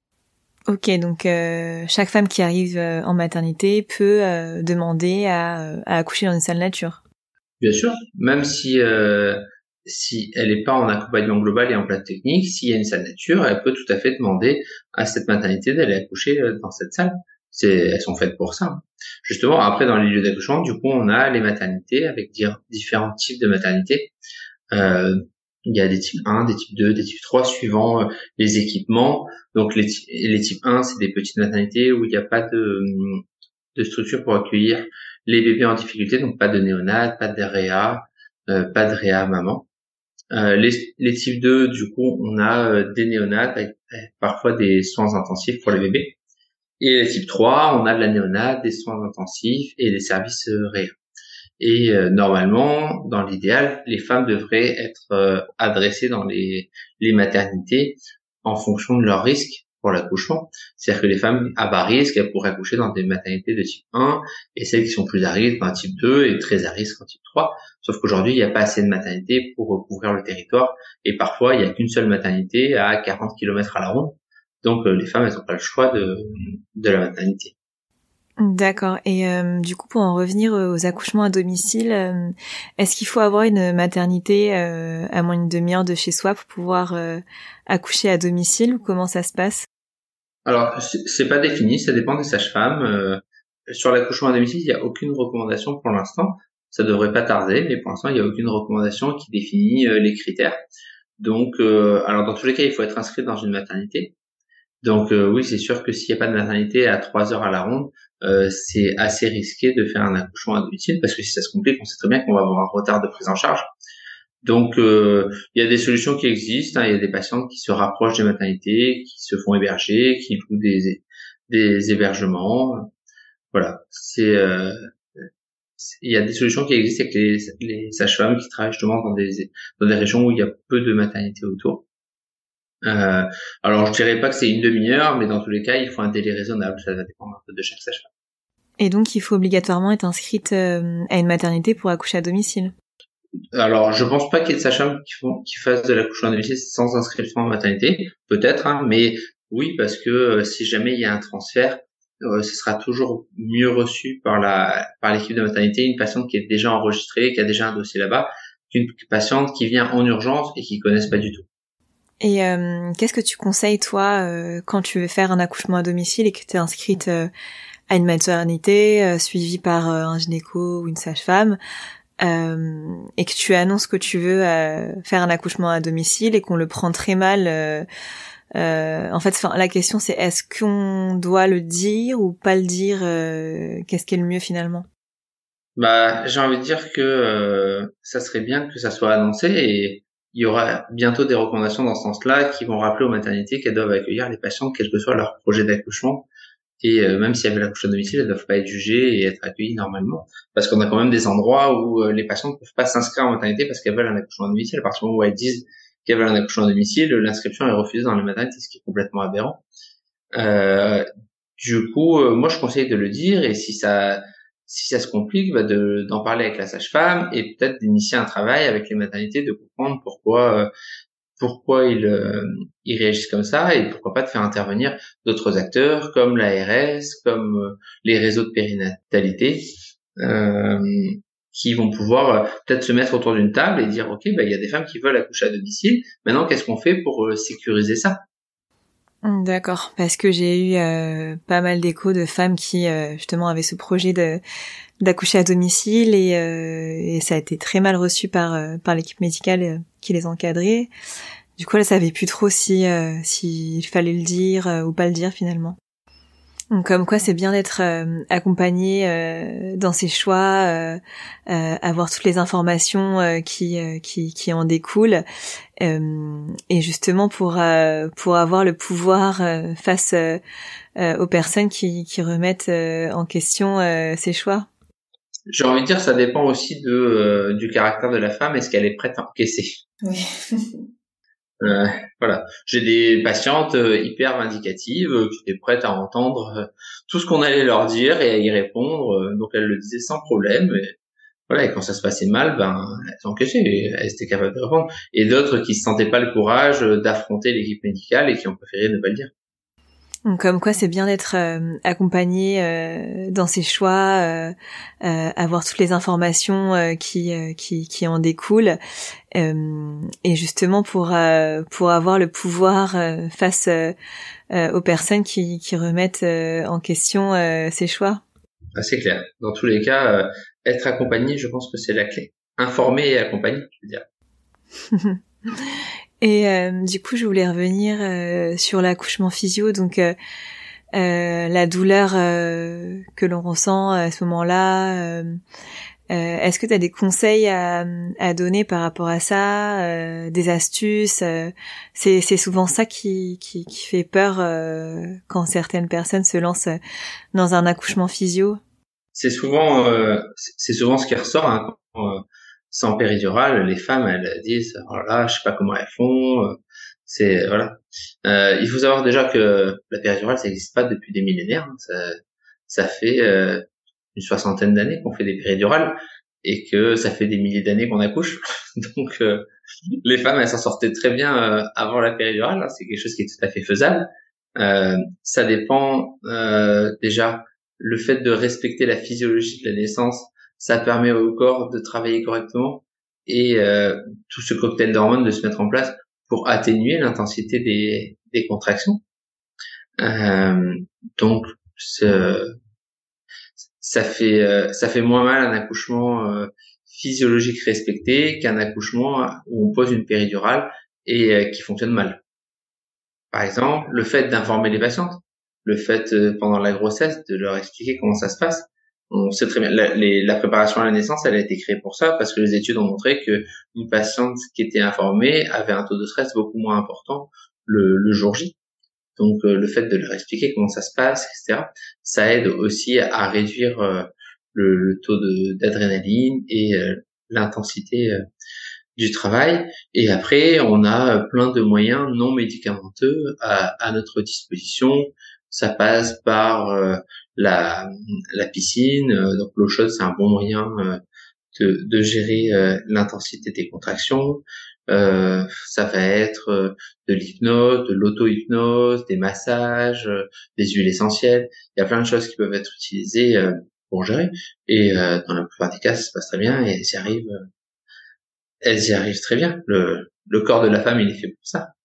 Ok, donc euh, chaque femme qui arrive euh, en maternité peut euh, demander à, à accoucher dans une salle nature. Bien sûr, même si euh, si elle n'est pas en accompagnement global et en plateau technique, s'il y a une salle nature, elle peut tout à fait demander à cette maternité d'aller accoucher dans cette salle. C'est, elles sont faites pour ça. Justement, après dans les lieux d'accouchement, du coup, on a les maternités avec différents types de maternités. Euh, il y a des types un, des types deux, des types trois suivant les équipements. Donc les, les types un, c'est des petites maternités où il n'y a pas de, de structure pour accueillir les bébés en difficulté, donc pas de néonat, pas de réa, euh, pas de réa maman. Euh, les, les types deux, du coup, on a euh, des néonats avec, avec parfois des soins intensifs pour les bébés. Et les types trois, on a de la néonate, des soins intensifs et des services euh, réa. Et euh, normalement, dans l'idéal, les femmes devraient être euh, adressées dans les, les maternités en fonction de leur risque pour l'accouchement. C'est-à-dire que les femmes à bas risque, elles pourraient accoucher dans des maternités de type un et celles qui sont plus à risque dans un type deux et très à risque en type trois. Sauf qu'aujourd'hui, il n'y a pas assez de maternités pour couvrir le territoire et parfois, il n'y a qu'une seule maternité à quarante kilomètres à la ronde. Donc, euh, les femmes, elles n'ont pas le choix de, de la maternité. D'accord. Et euh, du coup, pour en revenir aux accouchements à domicile, euh, est-ce qu'il faut avoir une maternité euh, à moins d'une demi-heure de chez soi pour pouvoir euh, accoucher à domicile ou comment ça se passe? Alors, c'est pas défini, ça dépend des sages-femmes. Euh, sur l'accouchement à domicile, il n'y a aucune recommandation pour l'instant. Ça devrait pas tarder, mais pour l'instant, il n'y a aucune recommandation qui définit euh, les critères. Donc, euh, alors dans tous les cas, il faut être inscrit dans une maternité. Donc euh, oui, c'est sûr que s'il n'y a pas de maternité à trois heures à la ronde, euh, c'est assez risqué de faire un accouchement à domicile parce que si ça se complique, on sait très bien qu'on va avoir un retard de prise en charge. Donc euh, il y a des solutions qui existent, hein. Il y a des patientes qui se rapprochent des maternités, qui se font héberger, qui louent des des hébergements. Voilà, c'est euh, il y a des solutions qui existent avec les, les sages-femmes qui travaillent justement dans des dans des régions où il y a peu de maternités autour. Euh, alors je dirais pas que c'est une demi-heure, mais dans tous les cas, il faut un délai raisonnable. Ça va dépendre un peu de chaque sage-femme. Et donc, il faut obligatoirement être inscrite euh, à une maternité pour accoucher à domicile. Alors, je pense pas qu'il y ait de sages-femmes qui font, qui fassent de l'accouchement à domicile sans inscription en maternité. Peut-être, hein, mais oui, parce que euh, si jamais il y a un transfert, euh, ce sera toujours mieux reçu par la par l'équipe de maternité une patiente qui est déjà enregistrée, qui a déjà un dossier là-bas, qu'une patiente qui vient en urgence et qui connaissent pas du tout. Et euh, qu'est-ce que tu conseilles, toi, euh, quand tu veux faire un accouchement à domicile et que tu es inscrite euh, à une maternité, euh, suivie par euh, un gynéco ou une sage-femme, euh, et que tu annonces que tu veux euh, faire un accouchement à domicile et qu'on le prend très mal, euh, euh, en fait, la question c'est est-ce qu'on doit le dire ou pas le dire, euh, qu'est-ce qui est le mieux finalement? Bah, j'ai envie de dire que euh, ça serait bien que ça soit annoncé et il y aura bientôt des recommandations dans ce sens-là qui vont rappeler aux maternités qu'elles doivent accueillir les patientes quel que soit leur projet d'accouchement et euh, même si elles veulent accoucher à domicile, elles doivent pas être jugées et être accueillies normalement parce qu'on a quand même des endroits où euh, les patientes ne peuvent pas s'inscrire en maternité parce qu'elles veulent un accouchement à domicile. À partir du moment où elles disent qu'elles veulent un accouchement à domicile, l'inscription est refusée dans les maternités, ce qui est complètement aberrant. Euh, du coup, euh, moi je conseille de le dire et si ça si ça se complique, bah de d'en parler avec la sage-femme et peut-être d'initier un travail avec les maternités, de comprendre pourquoi euh, pourquoi ils euh, ils réagissent comme ça et pourquoi pas de faire intervenir d'autres acteurs comme l'A R S, comme euh, les réseaux de périnatalité euh, qui vont pouvoir euh, peut-être se mettre autour d'une table et dire ok, bah il y a des femmes qui veulent accoucher à domicile. Maintenant, qu'est-ce qu'on fait pour euh, sécuriser ça? D'accord, parce que j'ai eu euh, pas mal d'échos de femmes qui euh, justement avaient ce projet de d'accoucher à domicile et, euh, et ça a été très mal reçu par euh, par l'équipe médicale euh, qui les encadrait. Du coup, elle savait plus trop si euh, s'il fallait le dire euh, ou pas le dire finalement. Donc, comme quoi, c'est bien d'être euh, accompagné euh, dans ses choix, euh, euh, avoir toutes les informations euh, qui, euh, qui qui en découlent, euh, et justement pour euh, pour avoir le pouvoir euh, face euh, euh, aux personnes qui qui remettent euh, en question euh, ses choix. J'ai envie de dire, ça dépend aussi de euh, du caractère de la femme. Est-ce qu'elle est prête à encaisser? Oui. Euh, voilà. J'ai des patientes euh, hyper vindicatives euh, qui étaient prêtes à entendre euh, tout ce qu'on allait leur dire et à y répondre. Euh, donc elles le disaient sans problème. Et, voilà. Et quand ça se passait mal, ben elles encaissaient et elles étaient capables de répondre. Et d'autres qui se sentaient pas le courage euh, d'affronter l'équipe médicale et qui ont préféré ne pas le dire. Donc, comme quoi, c'est bien d'être euh, accompagné euh, dans ses choix, euh, euh, avoir toutes les informations euh, qui, euh, qui qui en découlent, euh, et justement pour euh, pour avoir le pouvoir euh, face euh, euh, aux personnes qui qui remettent euh, en question euh, ses choix. Ah, c'est clair. Dans tous les cas, euh, être accompagné, je pense que c'est la clé. Informé et accompagné, je veux dire. Et euh, du coup, je voulais revenir euh, sur l'accouchement physio, donc euh, euh, la douleur euh, que l'on ressent à ce moment-là. Euh, euh, est-ce que tu as des conseils à, à donner par rapport à ça, euh, des astuces? euh, c'est, c'est souvent ça qui, qui, qui fait peur euh, quand certaines personnes se lancent dans un accouchement physio. C'est souvent, euh, c'est souvent ce qui ressort. Hein, quand, euh, sans péridurale, les femmes, elles disent, oh là, là, je sais pas comment elles font. euh, C'est voilà. Euh, il faut savoir déjà que la péridurale, ça n'existe pas depuis des millénaires. Hein, ça, ça fait euh, une soixantaine d'années qu'on fait des péridurales et que ça fait des milliers d'années qu'on accouche. Donc euh, les femmes, elles s'en sortaient très bien euh, avant la péridurale. Hein, c'est quelque chose qui est tout à fait faisable. Euh, ça dépend euh, déjà le fait de respecter la physiologie de la naissance, ça permet au corps de travailler correctement et euh, tout ce cocktail d'hormones de se mettre en place pour atténuer l'intensité des, des contractions. Euh, donc ce, ça fait euh, ça fait moins mal un accouchement euh, physiologique respecté qu'un accouchement où on pose une péridurale et euh, qui fonctionne mal. Par exemple, le fait d'informer les patientes, le fait euh, pendant la grossesse de leur expliquer comment ça se passe. On sait très bien, la, les, la préparation à la naissance, elle a été créée pour ça parce que les études ont montré que une patiente qui était informée avait un taux de stress beaucoup moins important le, le jour J. Donc euh, le fait de leur expliquer comment ça se passe, et cetera, ça aide aussi à, à réduire euh, le, le taux de, d'adrénaline et euh, l'intensité euh, du travail. Et après, on a plein de moyens non médicamenteux à, à notre disposition. Ça passe par euh, la, la piscine. Donc l'eau chaude, c'est un bon moyen euh, de, de gérer euh, l'intensité des contractions. Euh, ça va être euh, de l'hypnose, de l'auto-hypnose, des massages, euh, des huiles essentielles. Il y a plein de choses qui peuvent être utilisées euh, pour gérer. Et euh, dans la plupart des cas, ça se passe très bien et ça arrive euh, elles y arrivent très bien. Le, le corps de la femme, il est fait pour ça.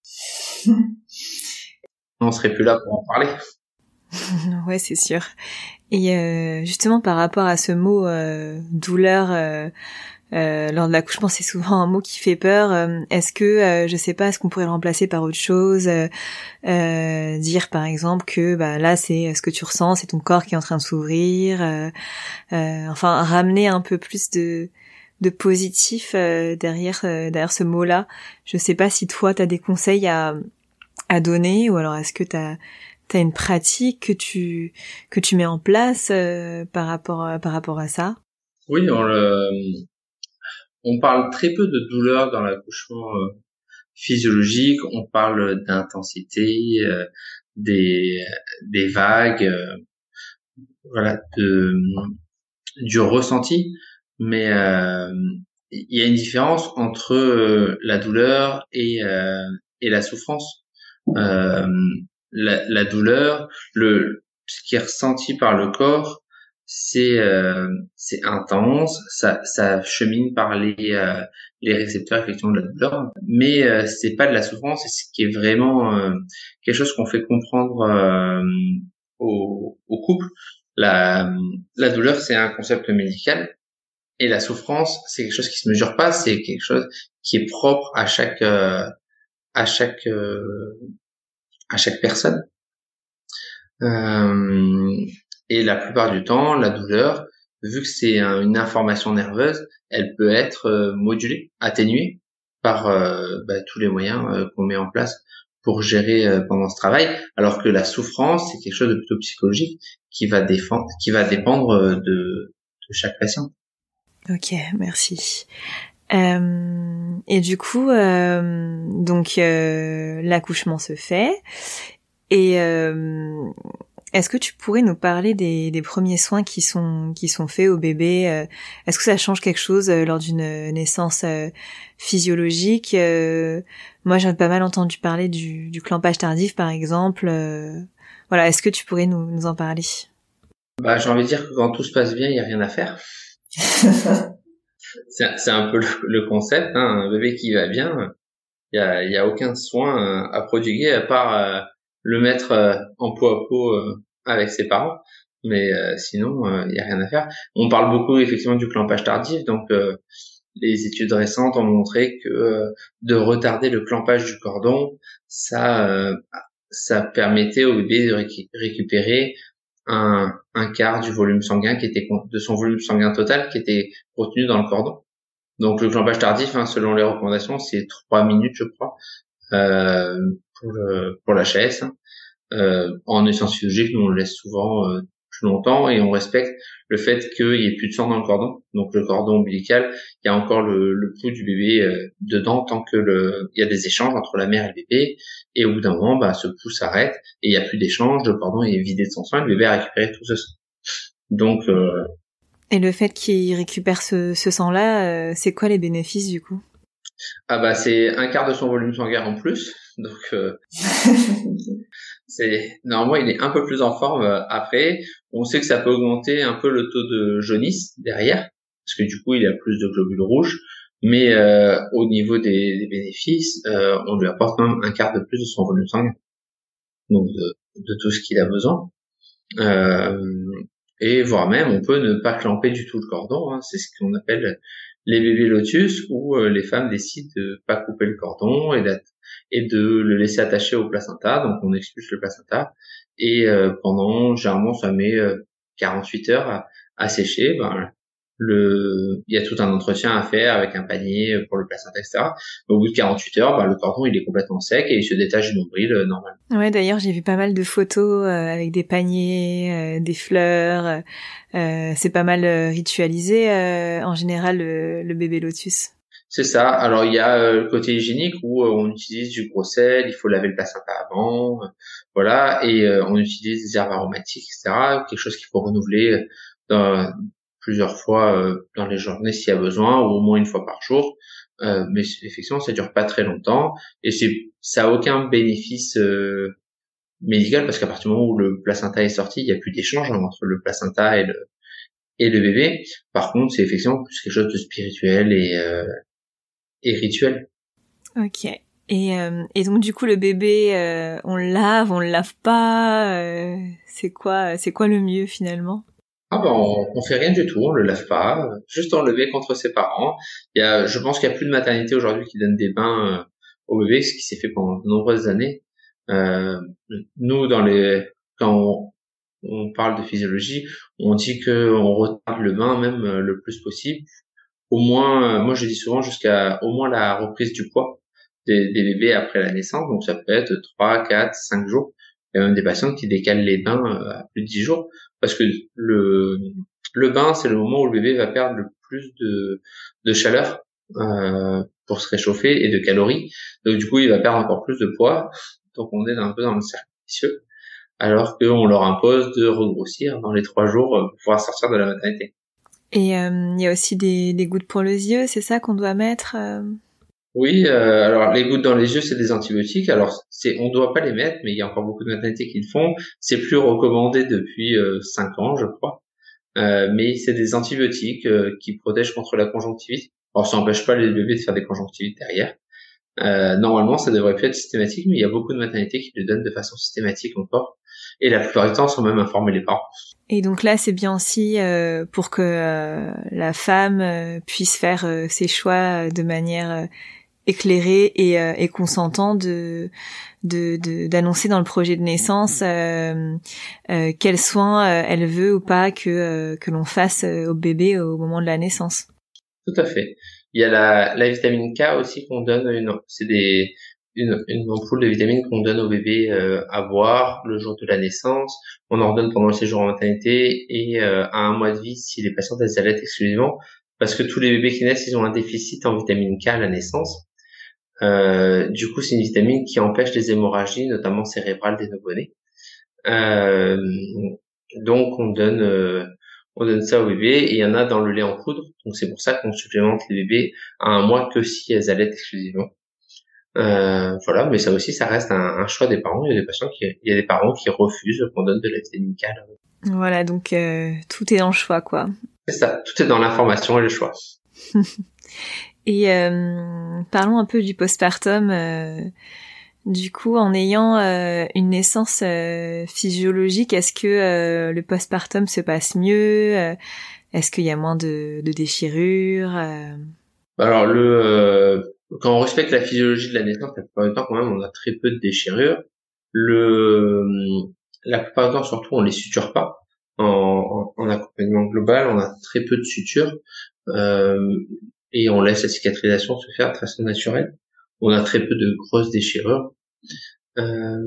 On serait plus là pour en parler. Ouais, c'est sûr. Et euh, justement, par rapport à ce mot euh, douleur, euh, euh, lors de l'accouchement, c'est souvent un mot qui fait peur. Euh, est-ce que, euh, je sais pas, est-ce qu'on pourrait le remplacer par autre chose, euh, euh, dire par exemple que bah là c'est ce que tu ressens, c'est ton corps qui est en train de s'ouvrir. Euh, euh, enfin, ramener un peu plus de de positif euh, derrière euh, derrière ce mot-là. Je sais pas si toi t'as des conseils à à donner, ou alors est-ce que t'as t'as une pratique que tu que tu mets en place euh, par rapport à, par rapport à ça? Oui, on le, on parle très peu de douleur dans l'accouchement euh, physiologique. On parle d'intensité, euh, des des vagues, euh, voilà, de du ressenti. Mais euh, il y a une différence entre euh, la douleur et euh, et la souffrance. Euh, la, la douleur, le ce qui est ressenti par le corps, c'est euh, c'est intense, ça ça chemine par les euh, les récepteurs effectivement de la douleur, mais euh, c'est pas de la souffrance, c'est ce qui est vraiment euh, quelque chose qu'on fait comprendre euh, au, au couple. La la douleur, c'est un concept médical, et la souffrance, c'est quelque chose qui se mesure pas, c'est quelque chose qui est propre à chaque euh, à chaque euh, à chaque personne. Euh, et la plupart du temps, la douleur, vu que c'est un, une information nerveuse, elle peut être euh, modulée, atténuée par euh, bah, tous les moyens euh, qu'on met en place pour gérer euh, pendant ce travail, alors que la souffrance, c'est quelque chose de plutôt psychologique qui va défendre, qui va dépendre euh, de, de chaque patient. Ok, merci. Euh, et du coup, euh, donc euh, l'accouchement se fait. Et euh, est-ce que tu pourrais nous parler des, des premiers soins qui sont qui sont faits au bébé? euh, Est-ce que ça change quelque chose euh, lors d'une naissance euh, physiologique? euh, Moi, j'ai pas mal entendu parler du, du clampage tardif, par exemple. euh, Voilà, est-ce que tu pourrais nous, nous en parler? Bah, j'ai envie de dire que quand tout se passe bien, il y a rien à faire. C'est, c'est un peu le, le concept, hein, un bébé qui va bien, il y a, il y a aucun soin euh, à prodiguer à part euh, le mettre euh, en peau à peau euh, avec ses parents, mais euh, sinon euh, il y a rien à faire. On parle beaucoup effectivement du clampage tardif, donc euh, les études récentes ont montré que euh, de retarder le clampage du cordon, ça euh, ça permettait au bébé de récu- récupérer un, un quart du volume sanguin qui était con- de son volume sanguin total qui était contenu dans le cordon. Donc le clampage tardif, hein, selon les recommandations, c'est trois minutes, je crois, euh, pour, le, pour l'H A S. Hein. Euh, en essence physiologique, nous on le laisse souvent euh, plus longtemps et on respecte le fait qu'il y ait plus de sang dans le cordon. Donc le cordon ombilical, il y a encore le, le pouls du bébé euh, dedans tant que le, il y a des échanges entre la mère et le bébé. Et au bout d'un moment, bah, ce pouls s'arrête et il n'y a plus d'échange. Le cordon est vidé de son sang et le bébé a récupéré tout ce sang. Donc euh, Et le fait qu'il récupère ce, ce sang-là, euh, c'est quoi les bénéfices du coup? ah bah c'est un quart de son volume sanguin en plus. Donc euh, c'est normalement il est un peu plus en forme euh, après. On sait que ça peut augmenter un peu le taux de jaunisse derrière, parce que du coup il a plus de globules rouges. Mais euh, au niveau des, des bénéfices, euh, on lui apporte même un quart de plus de son volume sanguin, donc de, de tout ce qu'il a besoin. Euh, et voire même on peut ne pas clamper du tout le cordon. Hein. C'est ce qu'on appelle les bébés lotus, où euh, les femmes décident de pas couper le cordon et, et de le laisser attaché au placenta. Donc on expulse le placenta et euh, pendant, généralement ça met euh, quarante-huit heures à, à sécher. Ben, le, il y a tout un entretien à faire avec un panier pour le placenta, et cetera. Au bout de quarante-huit heures, ben, le cordon il est complètement sec et il se détache du nombril euh, normalement. Ouais, d'ailleurs, j'ai vu pas mal de photos euh, avec des paniers, euh, des fleurs. Euh, c'est pas mal euh, ritualisé euh, en général le, le bébé lotus. C'est ça. Alors il y a euh, le côté hygiénique où euh, on utilise du gros sel, il faut laver le placenta avant, euh, voilà, et euh, on utilise des herbes aromatiques, et cetera. Quelque chose qu'il faut renouveler euh, dans, plusieurs fois euh, dans les journées s'il y a besoin, ou au moins une fois par jour. Euh, mais effectivement, ça dure pas très longtemps et c'est ça a aucun bénéfice euh, médical parce qu'à partir du moment où le placenta est sorti, il y a plus d'échange entre le placenta et le et le bébé. Par contre, c'est effectivement plus quelque chose de spirituel et euh, et rituel. Ok. Et, euh, et donc du coup le bébé, euh, on le lave, on le lave pas. Euh, c'est quoi, c'est quoi le mieux finalement? Ah ben on, on fait rien du tout, on le lave pas, juste enlever contre ses parents. Il y a, je pense qu'il y a plus de maternité aujourd'hui qui donne des bains euh, au bébé, ce qui s'est fait pendant de nombreuses années. Euh, Nous, dans les, quand on, on parle de physiologie, on dit que on retarde le bain même euh, le plus possible. Au moins, euh, moi je dis souvent jusqu'à au moins la reprise du poids des, des bébés après la naissance. Donc ça peut être trois, quatre, cinq jours. Il y a même des patients qui décalent les bains euh, à plus de dix jours parce que le le bain c'est le moment où le bébé va perdre le plus de de chaleur euh, pour se réchauffer et de calories. Donc du coup il va perdre encore plus de poids. Donc on est un peu dans le cercle vicieux alors qu'on leur impose de regrossir dans les trois jours euh, pour pouvoir sortir de la maternité. Et euh, il y a aussi des, des gouttes pour les yeux, c'est ça qu'on doit mettre euh... Oui, euh, alors les gouttes dans les yeux, c'est des antibiotiques. Alors c'est, on doit pas les mettre, mais il y a encore beaucoup de maternités qui le font. C'est plus recommandé depuis euh, cinq ans, je crois. Euh, mais c'est des antibiotiques euh, qui protègent contre la conjonctivite. Alors ça n'empêche pas les bébés de faire des conjonctivites derrière. Euh, normalement, ça devrait plus être systématique, mais il y a beaucoup de maternités qui le donnent de façon systématique encore. Et la plupart du temps, sans même informer les parents. Et donc là, c'est bien aussi euh, pour que euh, la femme euh, puisse faire euh, ses choix de manière euh, éclairée et, euh, et consentant de, de, de d'annoncer dans le projet de naissance euh, euh, quels soins euh, elle veut ou pas que euh, que l'on fasse euh, au bébé au moment de la naissance. Tout à fait. Il y a la, la vitamine K aussi qu'on donne, une, c'est des, une, une ampoule de vitamine qu'on donne au bébé euh, à boire le jour de la naissance. On en donne pendant le séjour en maternité et euh, à un mois de vie si les patientes elles allaitent exclusivement, parce que tous les bébés qui naissent, ils ont un déficit en vitamine K à la naissance. Euh, du coup, c'est une vitamine qui empêche les hémorragies, notamment cérébrales des nouveau-nés. Euh, donc on donne euh, on donne ça aux bébés et il y en a dans le lait en poudre. Donc c'est pour ça qu'on supplémente les bébés à un mois que si elles allaitent exclusivement. Euh, voilà, mais ça aussi ça reste un, un choix des parents. Il y a des patients qui il y a des parents qui refusent qu'on donne de la vitamine K. Voilà, donc euh, tout est dans le choix, quoi. C'est ça, tout est dans l'information et le choix. Et euh, parlons un peu du postpartum. Euh, du coup, en ayant euh, une naissance euh, physiologique, est-ce que euh, le postpartum se passe mieux euh, Est-ce qu'il y a moins de, de déchirures euh... Alors le euh, quand on respecte la physiologie de la naissance, la plupart du temps quand même on a très peu de déchirures. Le la plupart du temps surtout on les suture pas. En, en, en accompagnement global, on a très peu de sutures. Euh, et on laisse la cicatrisation se faire de façon naturelle. On a très peu de grosses déchirures. Euh,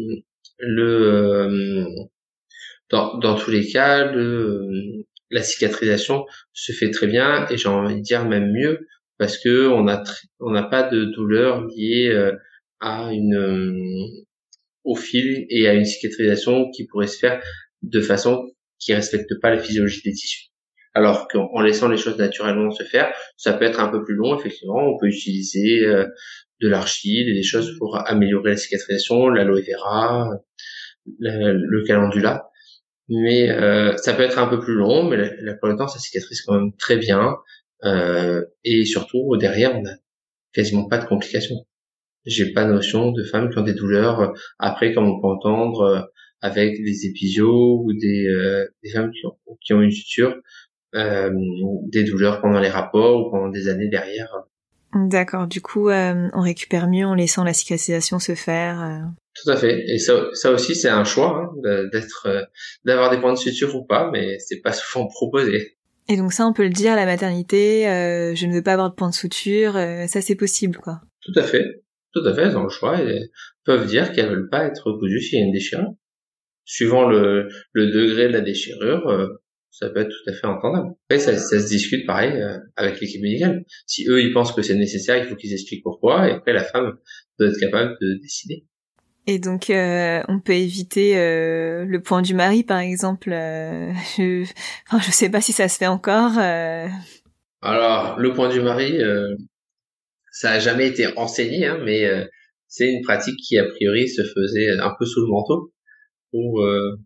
le, euh, dans, dans tous les cas, le, la cicatrisation se fait très bien et j'ai envie de dire même mieux parce que on a tr- on n'a pas de douleur liée euh, à une euh, au fil et à une cicatrisation qui pourrait se faire de façon qui respecte pas la physiologie des tissus. Alors qu'en laissant les choses naturellement se faire, ça peut être un peu plus long, effectivement. On peut utiliser euh, de l'argile et des choses pour améliorer la cicatrisation, l'aloe vera, le, le calendula. Mais euh, ça peut être un peu plus long, mais la, la plupart du temps, ça cicatrise quand même très bien. Euh, et surtout, derrière, on n'a quasiment pas de complications. J'ai pas notion de femmes qui ont des douleurs euh, après, comme on peut entendre, euh, avec des épisiots ou des, euh, des femmes qui ont, qui ont une suture, euh, des douleurs pendant les rapports ou pendant des années derrière. D'accord. Du coup, euh, on récupère mieux en laissant la cicatrisation se faire. Euh... Tout à fait. Et ça, ça aussi, c'est un choix hein, d'être, euh, d'avoir des points de suture ou pas, mais c'est pas souvent proposé. Et donc ça, on peut le dire à la maternité. Euh, je ne veux pas avoir de point de suture. Euh, ça, c'est possible, quoi. Tout à fait. Tout à fait. Elles ont le choix et peuvent dire qu'elles veulent pas être cousues s'il y a une déchirure. Suivant le, le degré de la déchirure, euh, ça peut être tout à fait entendable. Après, ça, ça se discute pareil euh, avec l'équipe médicale. Si eux, ils pensent que c'est nécessaire, il faut qu'ils expliquent pourquoi, et après, la femme doit être capable de décider. Et donc, euh, on peut éviter euh, le point du mari, par exemple. Euh, je, enfin, je sais pas si ça se fait encore. Euh... Alors, le point du mari, euh, ça a jamais été enseigné, hein, mais euh, c'est une pratique qui, a priori, se faisait un peu sous le manteau, où euh,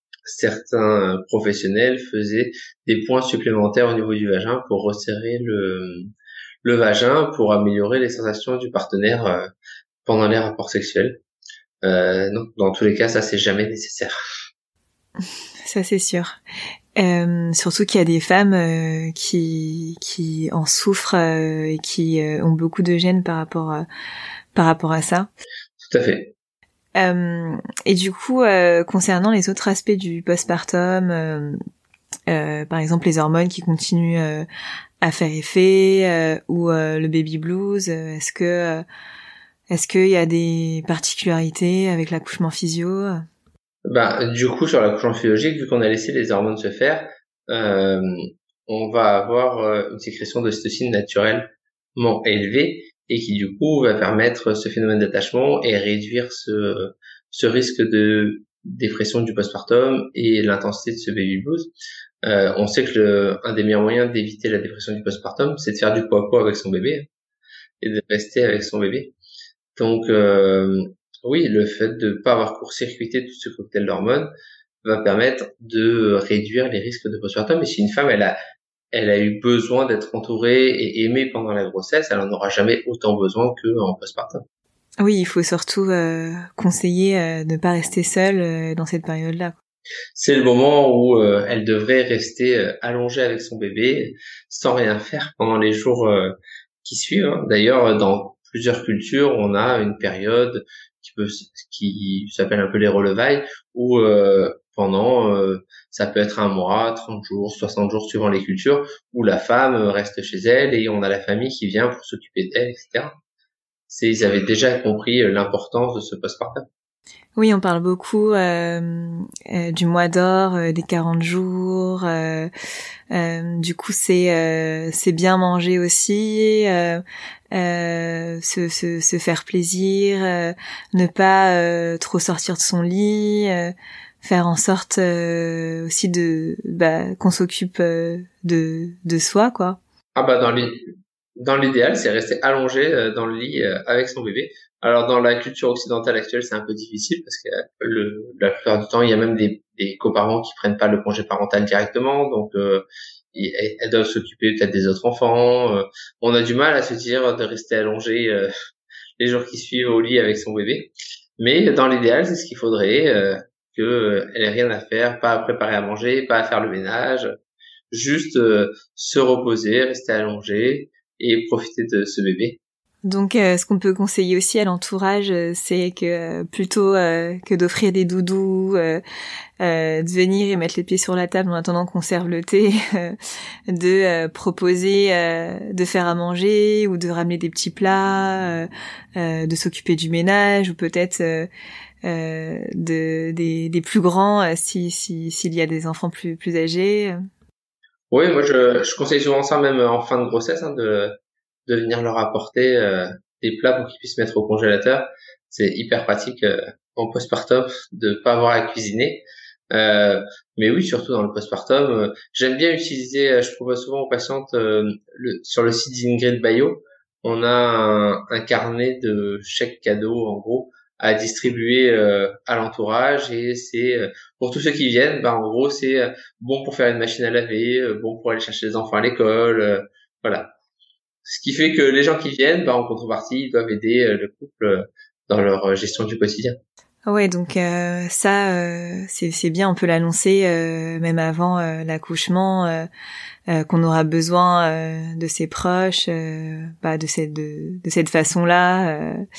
certains professionnels faisaient des points supplémentaires au niveau du vagin pour resserrer le, le vagin, pour améliorer les sensations du partenaire euh, pendant les rapports sexuels. Euh, non, dans tous les cas, ça c'est jamais nécessaire. Ça, c'est sûr. Euh, surtout qu'il y a des femmes euh, qui qui en souffrent euh, et qui euh, ont beaucoup de gêne par rapport à, par rapport à ça. Tout à fait. Euh, et du coup, euh, concernant les autres aspects du postpartum, euh, euh, par exemple les hormones qui continuent euh, à faire effet euh, ou euh, le baby blues, euh, est-ce que euh, est-ce qu'il y a des particularités avec l'accouchement physio? Ben, du coup, sur l'accouchement physiologique, vu qu'on a laissé les hormones se faire, euh, on va avoir euh, une sécrétion d'ocytocine naturellement élevée et qui, du coup, va permettre ce phénomène d'attachement et réduire ce, ce risque de dépression du postpartum et l'intensité de ce baby blues. Euh, on sait que le, un des meilleurs moyens d'éviter la dépression du postpartum, c'est de faire du pot à pot avec son bébé et de rester avec son bébé. Donc, euh, oui, le fait de ne pas avoir court-circuité tout ce cocktail d'hormones va permettre de réduire les risques de postpartum. Et si une femme, elle a, elle a eu besoin d'être entourée et aimée pendant la grossesse, elle en aura jamais autant besoin qu'en postpartum. Oui, il faut surtout euh, conseiller euh, de ne pas rester seule euh, dans cette période-là. C'est le moment où euh, elle devrait rester euh, allongée avec son bébé sans rien faire pendant les jours euh, qui suivent. Hein. D'ailleurs, dans plusieurs cultures, on a une période qui peut qui s'appelle un peu les relevailles où euh, pendant euh, ça peut être un mois, trente jours, soixante jours suivant les cultures, où la femme reste chez elle et on a la famille qui vient pour s'occuper d'elle, et cetera. C'est, ils avaient déjà compris l'importance de ce postpartum. Oui, on parle beaucoup euh, euh, du mois d'or, euh, des quarante jours. Euh, euh, du coup, c'est euh, c'est bien manger aussi, euh, euh, se, se se faire plaisir, euh, ne pas euh, trop sortir de son lit, euh, faire en sorte euh, aussi de bah, qu'on s'occupe euh, de de soi, quoi. Ah bah dans l'i- dans l'idéal, c'est rester allongé euh, dans le lit euh, avec son bébé. Alors dans la culture occidentale actuelle, c'est un peu difficile parce que euh, le, la plupart du temps, il y a même des, des coparents qui prennent pas le congé parental directement, donc euh, ils- elles elles doivent s'occuper peut-être des autres enfants. euh. On a du mal à se dire de rester allongé euh, les jours qui suivent au lit avec son bébé. Mais dans l'idéal, c'est ce qu'il faudrait, euh, que euh, elle ait rien à faire, pas à préparer à manger, pas à faire le ménage, juste euh, se reposer, rester allongé et profiter de ce bébé. Donc, euh, ce qu'on peut conseiller aussi à l'entourage, euh, c'est que euh, plutôt euh, que d'offrir des doudous, euh, euh, de venir et mettre les pieds sur la table en attendant qu'on serve le thé, euh, de euh, proposer euh, de faire à manger ou de ramener des petits plats, euh, euh, de s'occuper du ménage ou peut-être euh, euh, de des, des plus grands euh, si si s'il y a des enfants plus plus âgés. Oui, moi je, je conseille souvent ça même en fin de grossesse, hein, de, de venir leur apporter euh, des plats pour qu'ils puissent mettre au congélateur. C'est hyper pratique euh, en postpartum de pas avoir à cuisiner. Euh, mais oui, surtout dans le postpartum, euh, j'aime bien utiliser, euh, je propose souvent aux patientes euh, le, sur le site d'Ingrid Bayo, on a un, un carnet de chèques cadeaux en gros à distribuer euh, à l'entourage et c'est euh, pour tous ceux qui viennent, bah en gros c'est euh, bon pour faire une machine à laver, euh, bon pour aller chercher les enfants à l'école, euh, voilà. Ce qui fait que les gens qui viennent, bah en contrepartie, ils doivent aider euh, le couple euh, dans leur euh, gestion du quotidien. Ouais, donc euh, ça, euh, c'est c'est bien, on peut l'annoncer euh, même avant euh, l'accouchement, euh, euh, qu'on aura besoin euh, de ses proches, euh, bah, de cette de, de cette façon-là. Euh,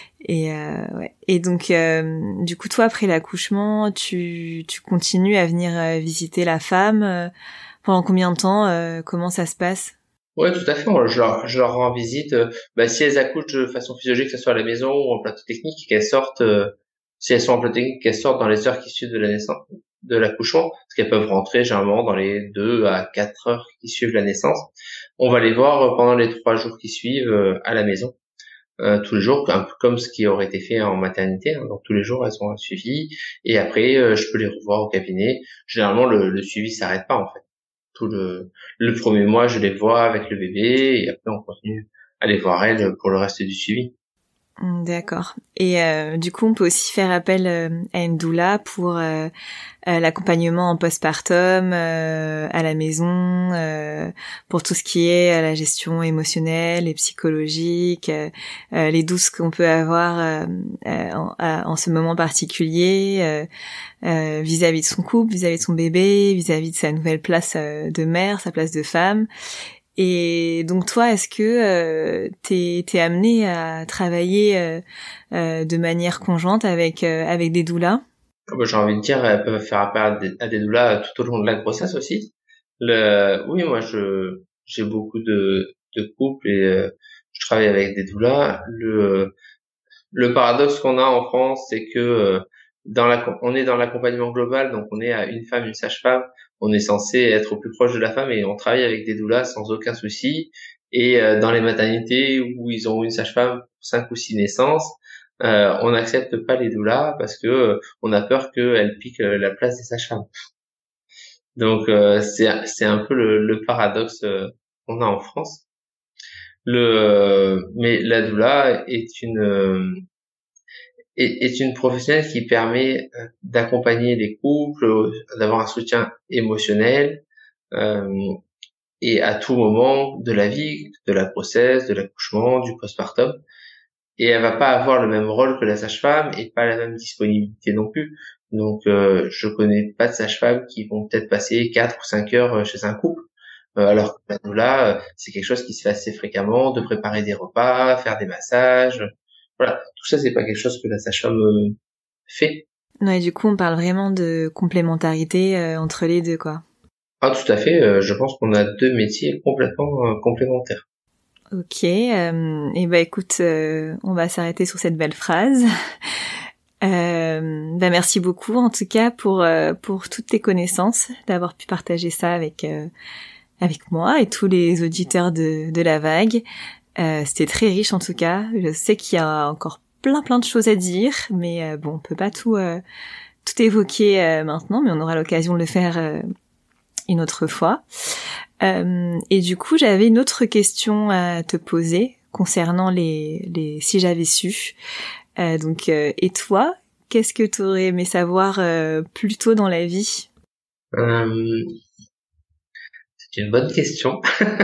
et euh, ouais. Et donc, euh, du coup, toi, après l'accouchement, tu tu continues à venir euh, visiter la femme euh, pendant combien de temps euh, comment ça se passe? Ouais, tout à fait. Moi, Je leur, je leur rends visite. euh, bah, si elles accouchent de façon physiologique, que ce soit à la maison ou en plateau technique, qu'elles sortent. euh, si elles sont en plateau technique, qu'elles sortent dans les heures qui suivent de la naissance, de l'accouchement, parce qu'elles peuvent rentrer généralement dans les deux à quatre heures qui suivent la naissance. On va les voir euh, pendant les trois jours qui suivent euh, à la maison, euh, tous les jours, un peu comme ce qui aurait été fait en maternité. Hein. Donc tous les jours, elles sont suivies. Et après, euh, je peux les revoir au cabinet. Généralement, le, le suivi s'arrête pas en fait. Tout le, le premier mois, je les vois avec le bébé et après on continue à les voir elles pour le reste du suivi. D'accord. Et euh, du coup, on peut aussi faire appel euh, à une doula pour euh, euh, l'accompagnement en postpartum, euh, à la maison, euh, pour tout ce qui est euh, la gestion émotionnelle et psychologique, euh, euh, les doutes qu'on peut avoir euh, euh, en, en ce moment particulier, euh, euh, vis-à-vis de son couple, vis-à-vis de son bébé, vis-à-vis de sa nouvelle place euh, de mère, sa place de femme. Et donc toi, est-ce que euh, t'es t'es amené à travailler euh, euh, de manière conjointe avec euh, avec des doulas? J'ai envie de dire, elles peuvent faire appel à des, à des doulas tout au long de la grossesse aussi. Le, oui, moi, je j'ai beaucoup de de couples et euh, je travaille avec des doulas. Le le paradoxe qu'on a en France, c'est que euh, dans la on est dans l'accompagnement global, donc on est à une femme, une sage-femme. On est censé être au plus proche de la femme et on travaille avec des doulas sans aucun souci. Et euh, dans les maternités où ils ont une sage-femme pour cinq ou six naissances, euh, on n'accepte pas les doulas parce que euh, on a peur qu'elles piquent euh, la place des sages-femmes. Donc euh, c'est c'est un peu le, le paradoxe euh, qu'on a en France. Le euh, mais la doula est une euh, est, est une professionnelle qui permet euh, d'accompagner les couples, euh, d'avoir un soutien émotionnel euh, et à tout moment de la vie, de la grossesse, de l'accouchement, du postpartum. Et elle va pas avoir le même rôle que la sage-femme et pas la même disponibilité non plus. Donc euh, je connais pas de sage-femme qui vont peut-être passer quatre ou cinq heures chez un couple, euh, alors que la doula, euh, c'est quelque chose qui se fait assez fréquemment, de préparer des repas, faire des massages. Voilà, tout ça c'est pas quelque chose que la sage-femme euh, fait. Ouais, du coup, on parle vraiment de complémentarité euh, entre les deux, quoi. Ah tout à fait, euh, je pense qu'on a deux métiers complètement euh, complémentaires. Ok, euh, et bah écoute, euh, on va s'arrêter sur cette belle phrase. Euh, bah merci beaucoup en tout cas pour euh, pour toutes tes connaissances, d'avoir pu partager ça avec euh, avec moi et tous les auditeurs de de la vague. Euh, c'était très riche en tout cas. Je sais qu'il y a encore plein plein de choses à dire, mais euh, bon, on peut pas tout euh, tout évoquer euh, maintenant, mais on aura l'occasion de le faire euh, une autre fois. Euh, et du coup, j'avais une autre question à te poser concernant les, les si j'avais su. Euh, donc, euh, et toi, qu'est-ce que tu aurais aimé savoir euh, plus tôt dans la vie? euh, C'est une bonne question.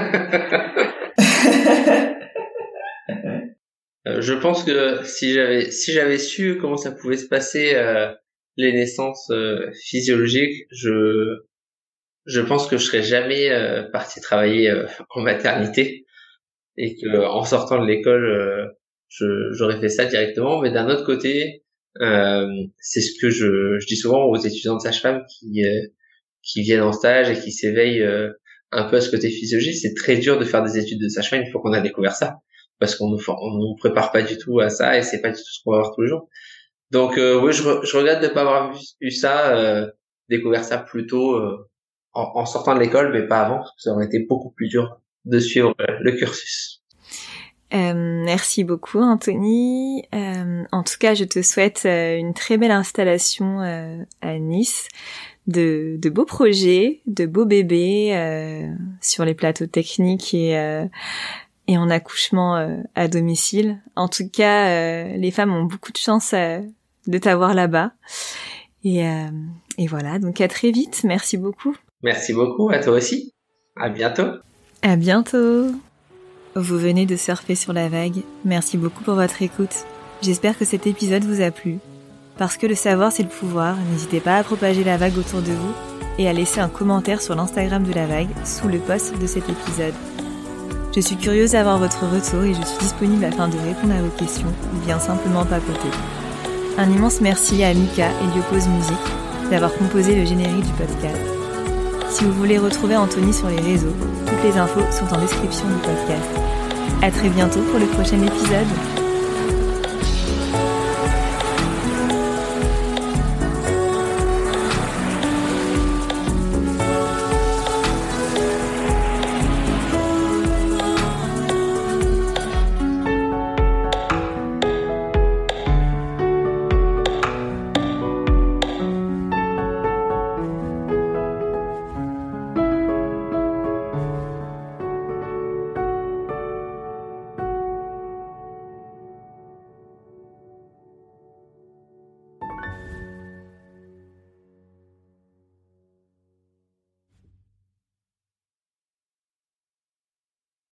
euh, je pense que si j'avais si j'avais su comment ça pouvait se passer euh, les naissances euh, physiologiques, je je pense que je serais jamais euh, parti travailler euh, en maternité et que en sortant de l'école, euh, je, j'aurais fait ça directement. Mais d'un autre côté, euh, c'est ce que je, je dis souvent aux étudiants de sage-femme qui euh, qui viennent en stage et qui s'éveillent euh, un peu à ce côté physiologique. C'est très dur de faire des études de sage-femme une fois qu'on a découvert ça, parce qu'on nous on nous prépare pas du tout à ça et c'est pas du tout ce qu'on va voir tous les jours. Donc euh, oui, je, je regrette de pas avoir vu, eu ça, euh, découvert ça plus tôt. Euh, En, en sortant de l'école, mais pas avant, parce que ça aurait été beaucoup plus dur de suivre le cursus. Euh, merci beaucoup, Anthony. Euh, en tout cas, je te souhaite euh, une très belle installation euh, à Nice, de, de beaux projets, de beaux bébés euh, sur les plateaux techniques et, euh, et en accouchement euh, à domicile. En tout cas, euh, les femmes ont beaucoup de chance euh, de t'avoir là-bas. Et, euh, et voilà, donc à très vite. Merci beaucoup. Merci beaucoup, à toi aussi. À bientôt. À bientôt. Vous venez de surfer sur la vague. Merci beaucoup pour votre écoute. J'espère que cet épisode vous a plu. Parce que le savoir, c'est le pouvoir, n'hésitez pas à propager la vague autour de vous et à laisser un commentaire sur l'Instagram de la vague sous le post de cet épisode. Je suis curieuse d'avoir votre retour et je suis disponible afin de répondre à vos questions ou bien simplement papoter. Un immense merci à Mika et Liopose Music d'avoir composé le générique du podcast. Si vous voulez retrouver Anthony sur les réseaux, toutes les infos sont en description du podcast. À très bientôt pour le prochain épisode.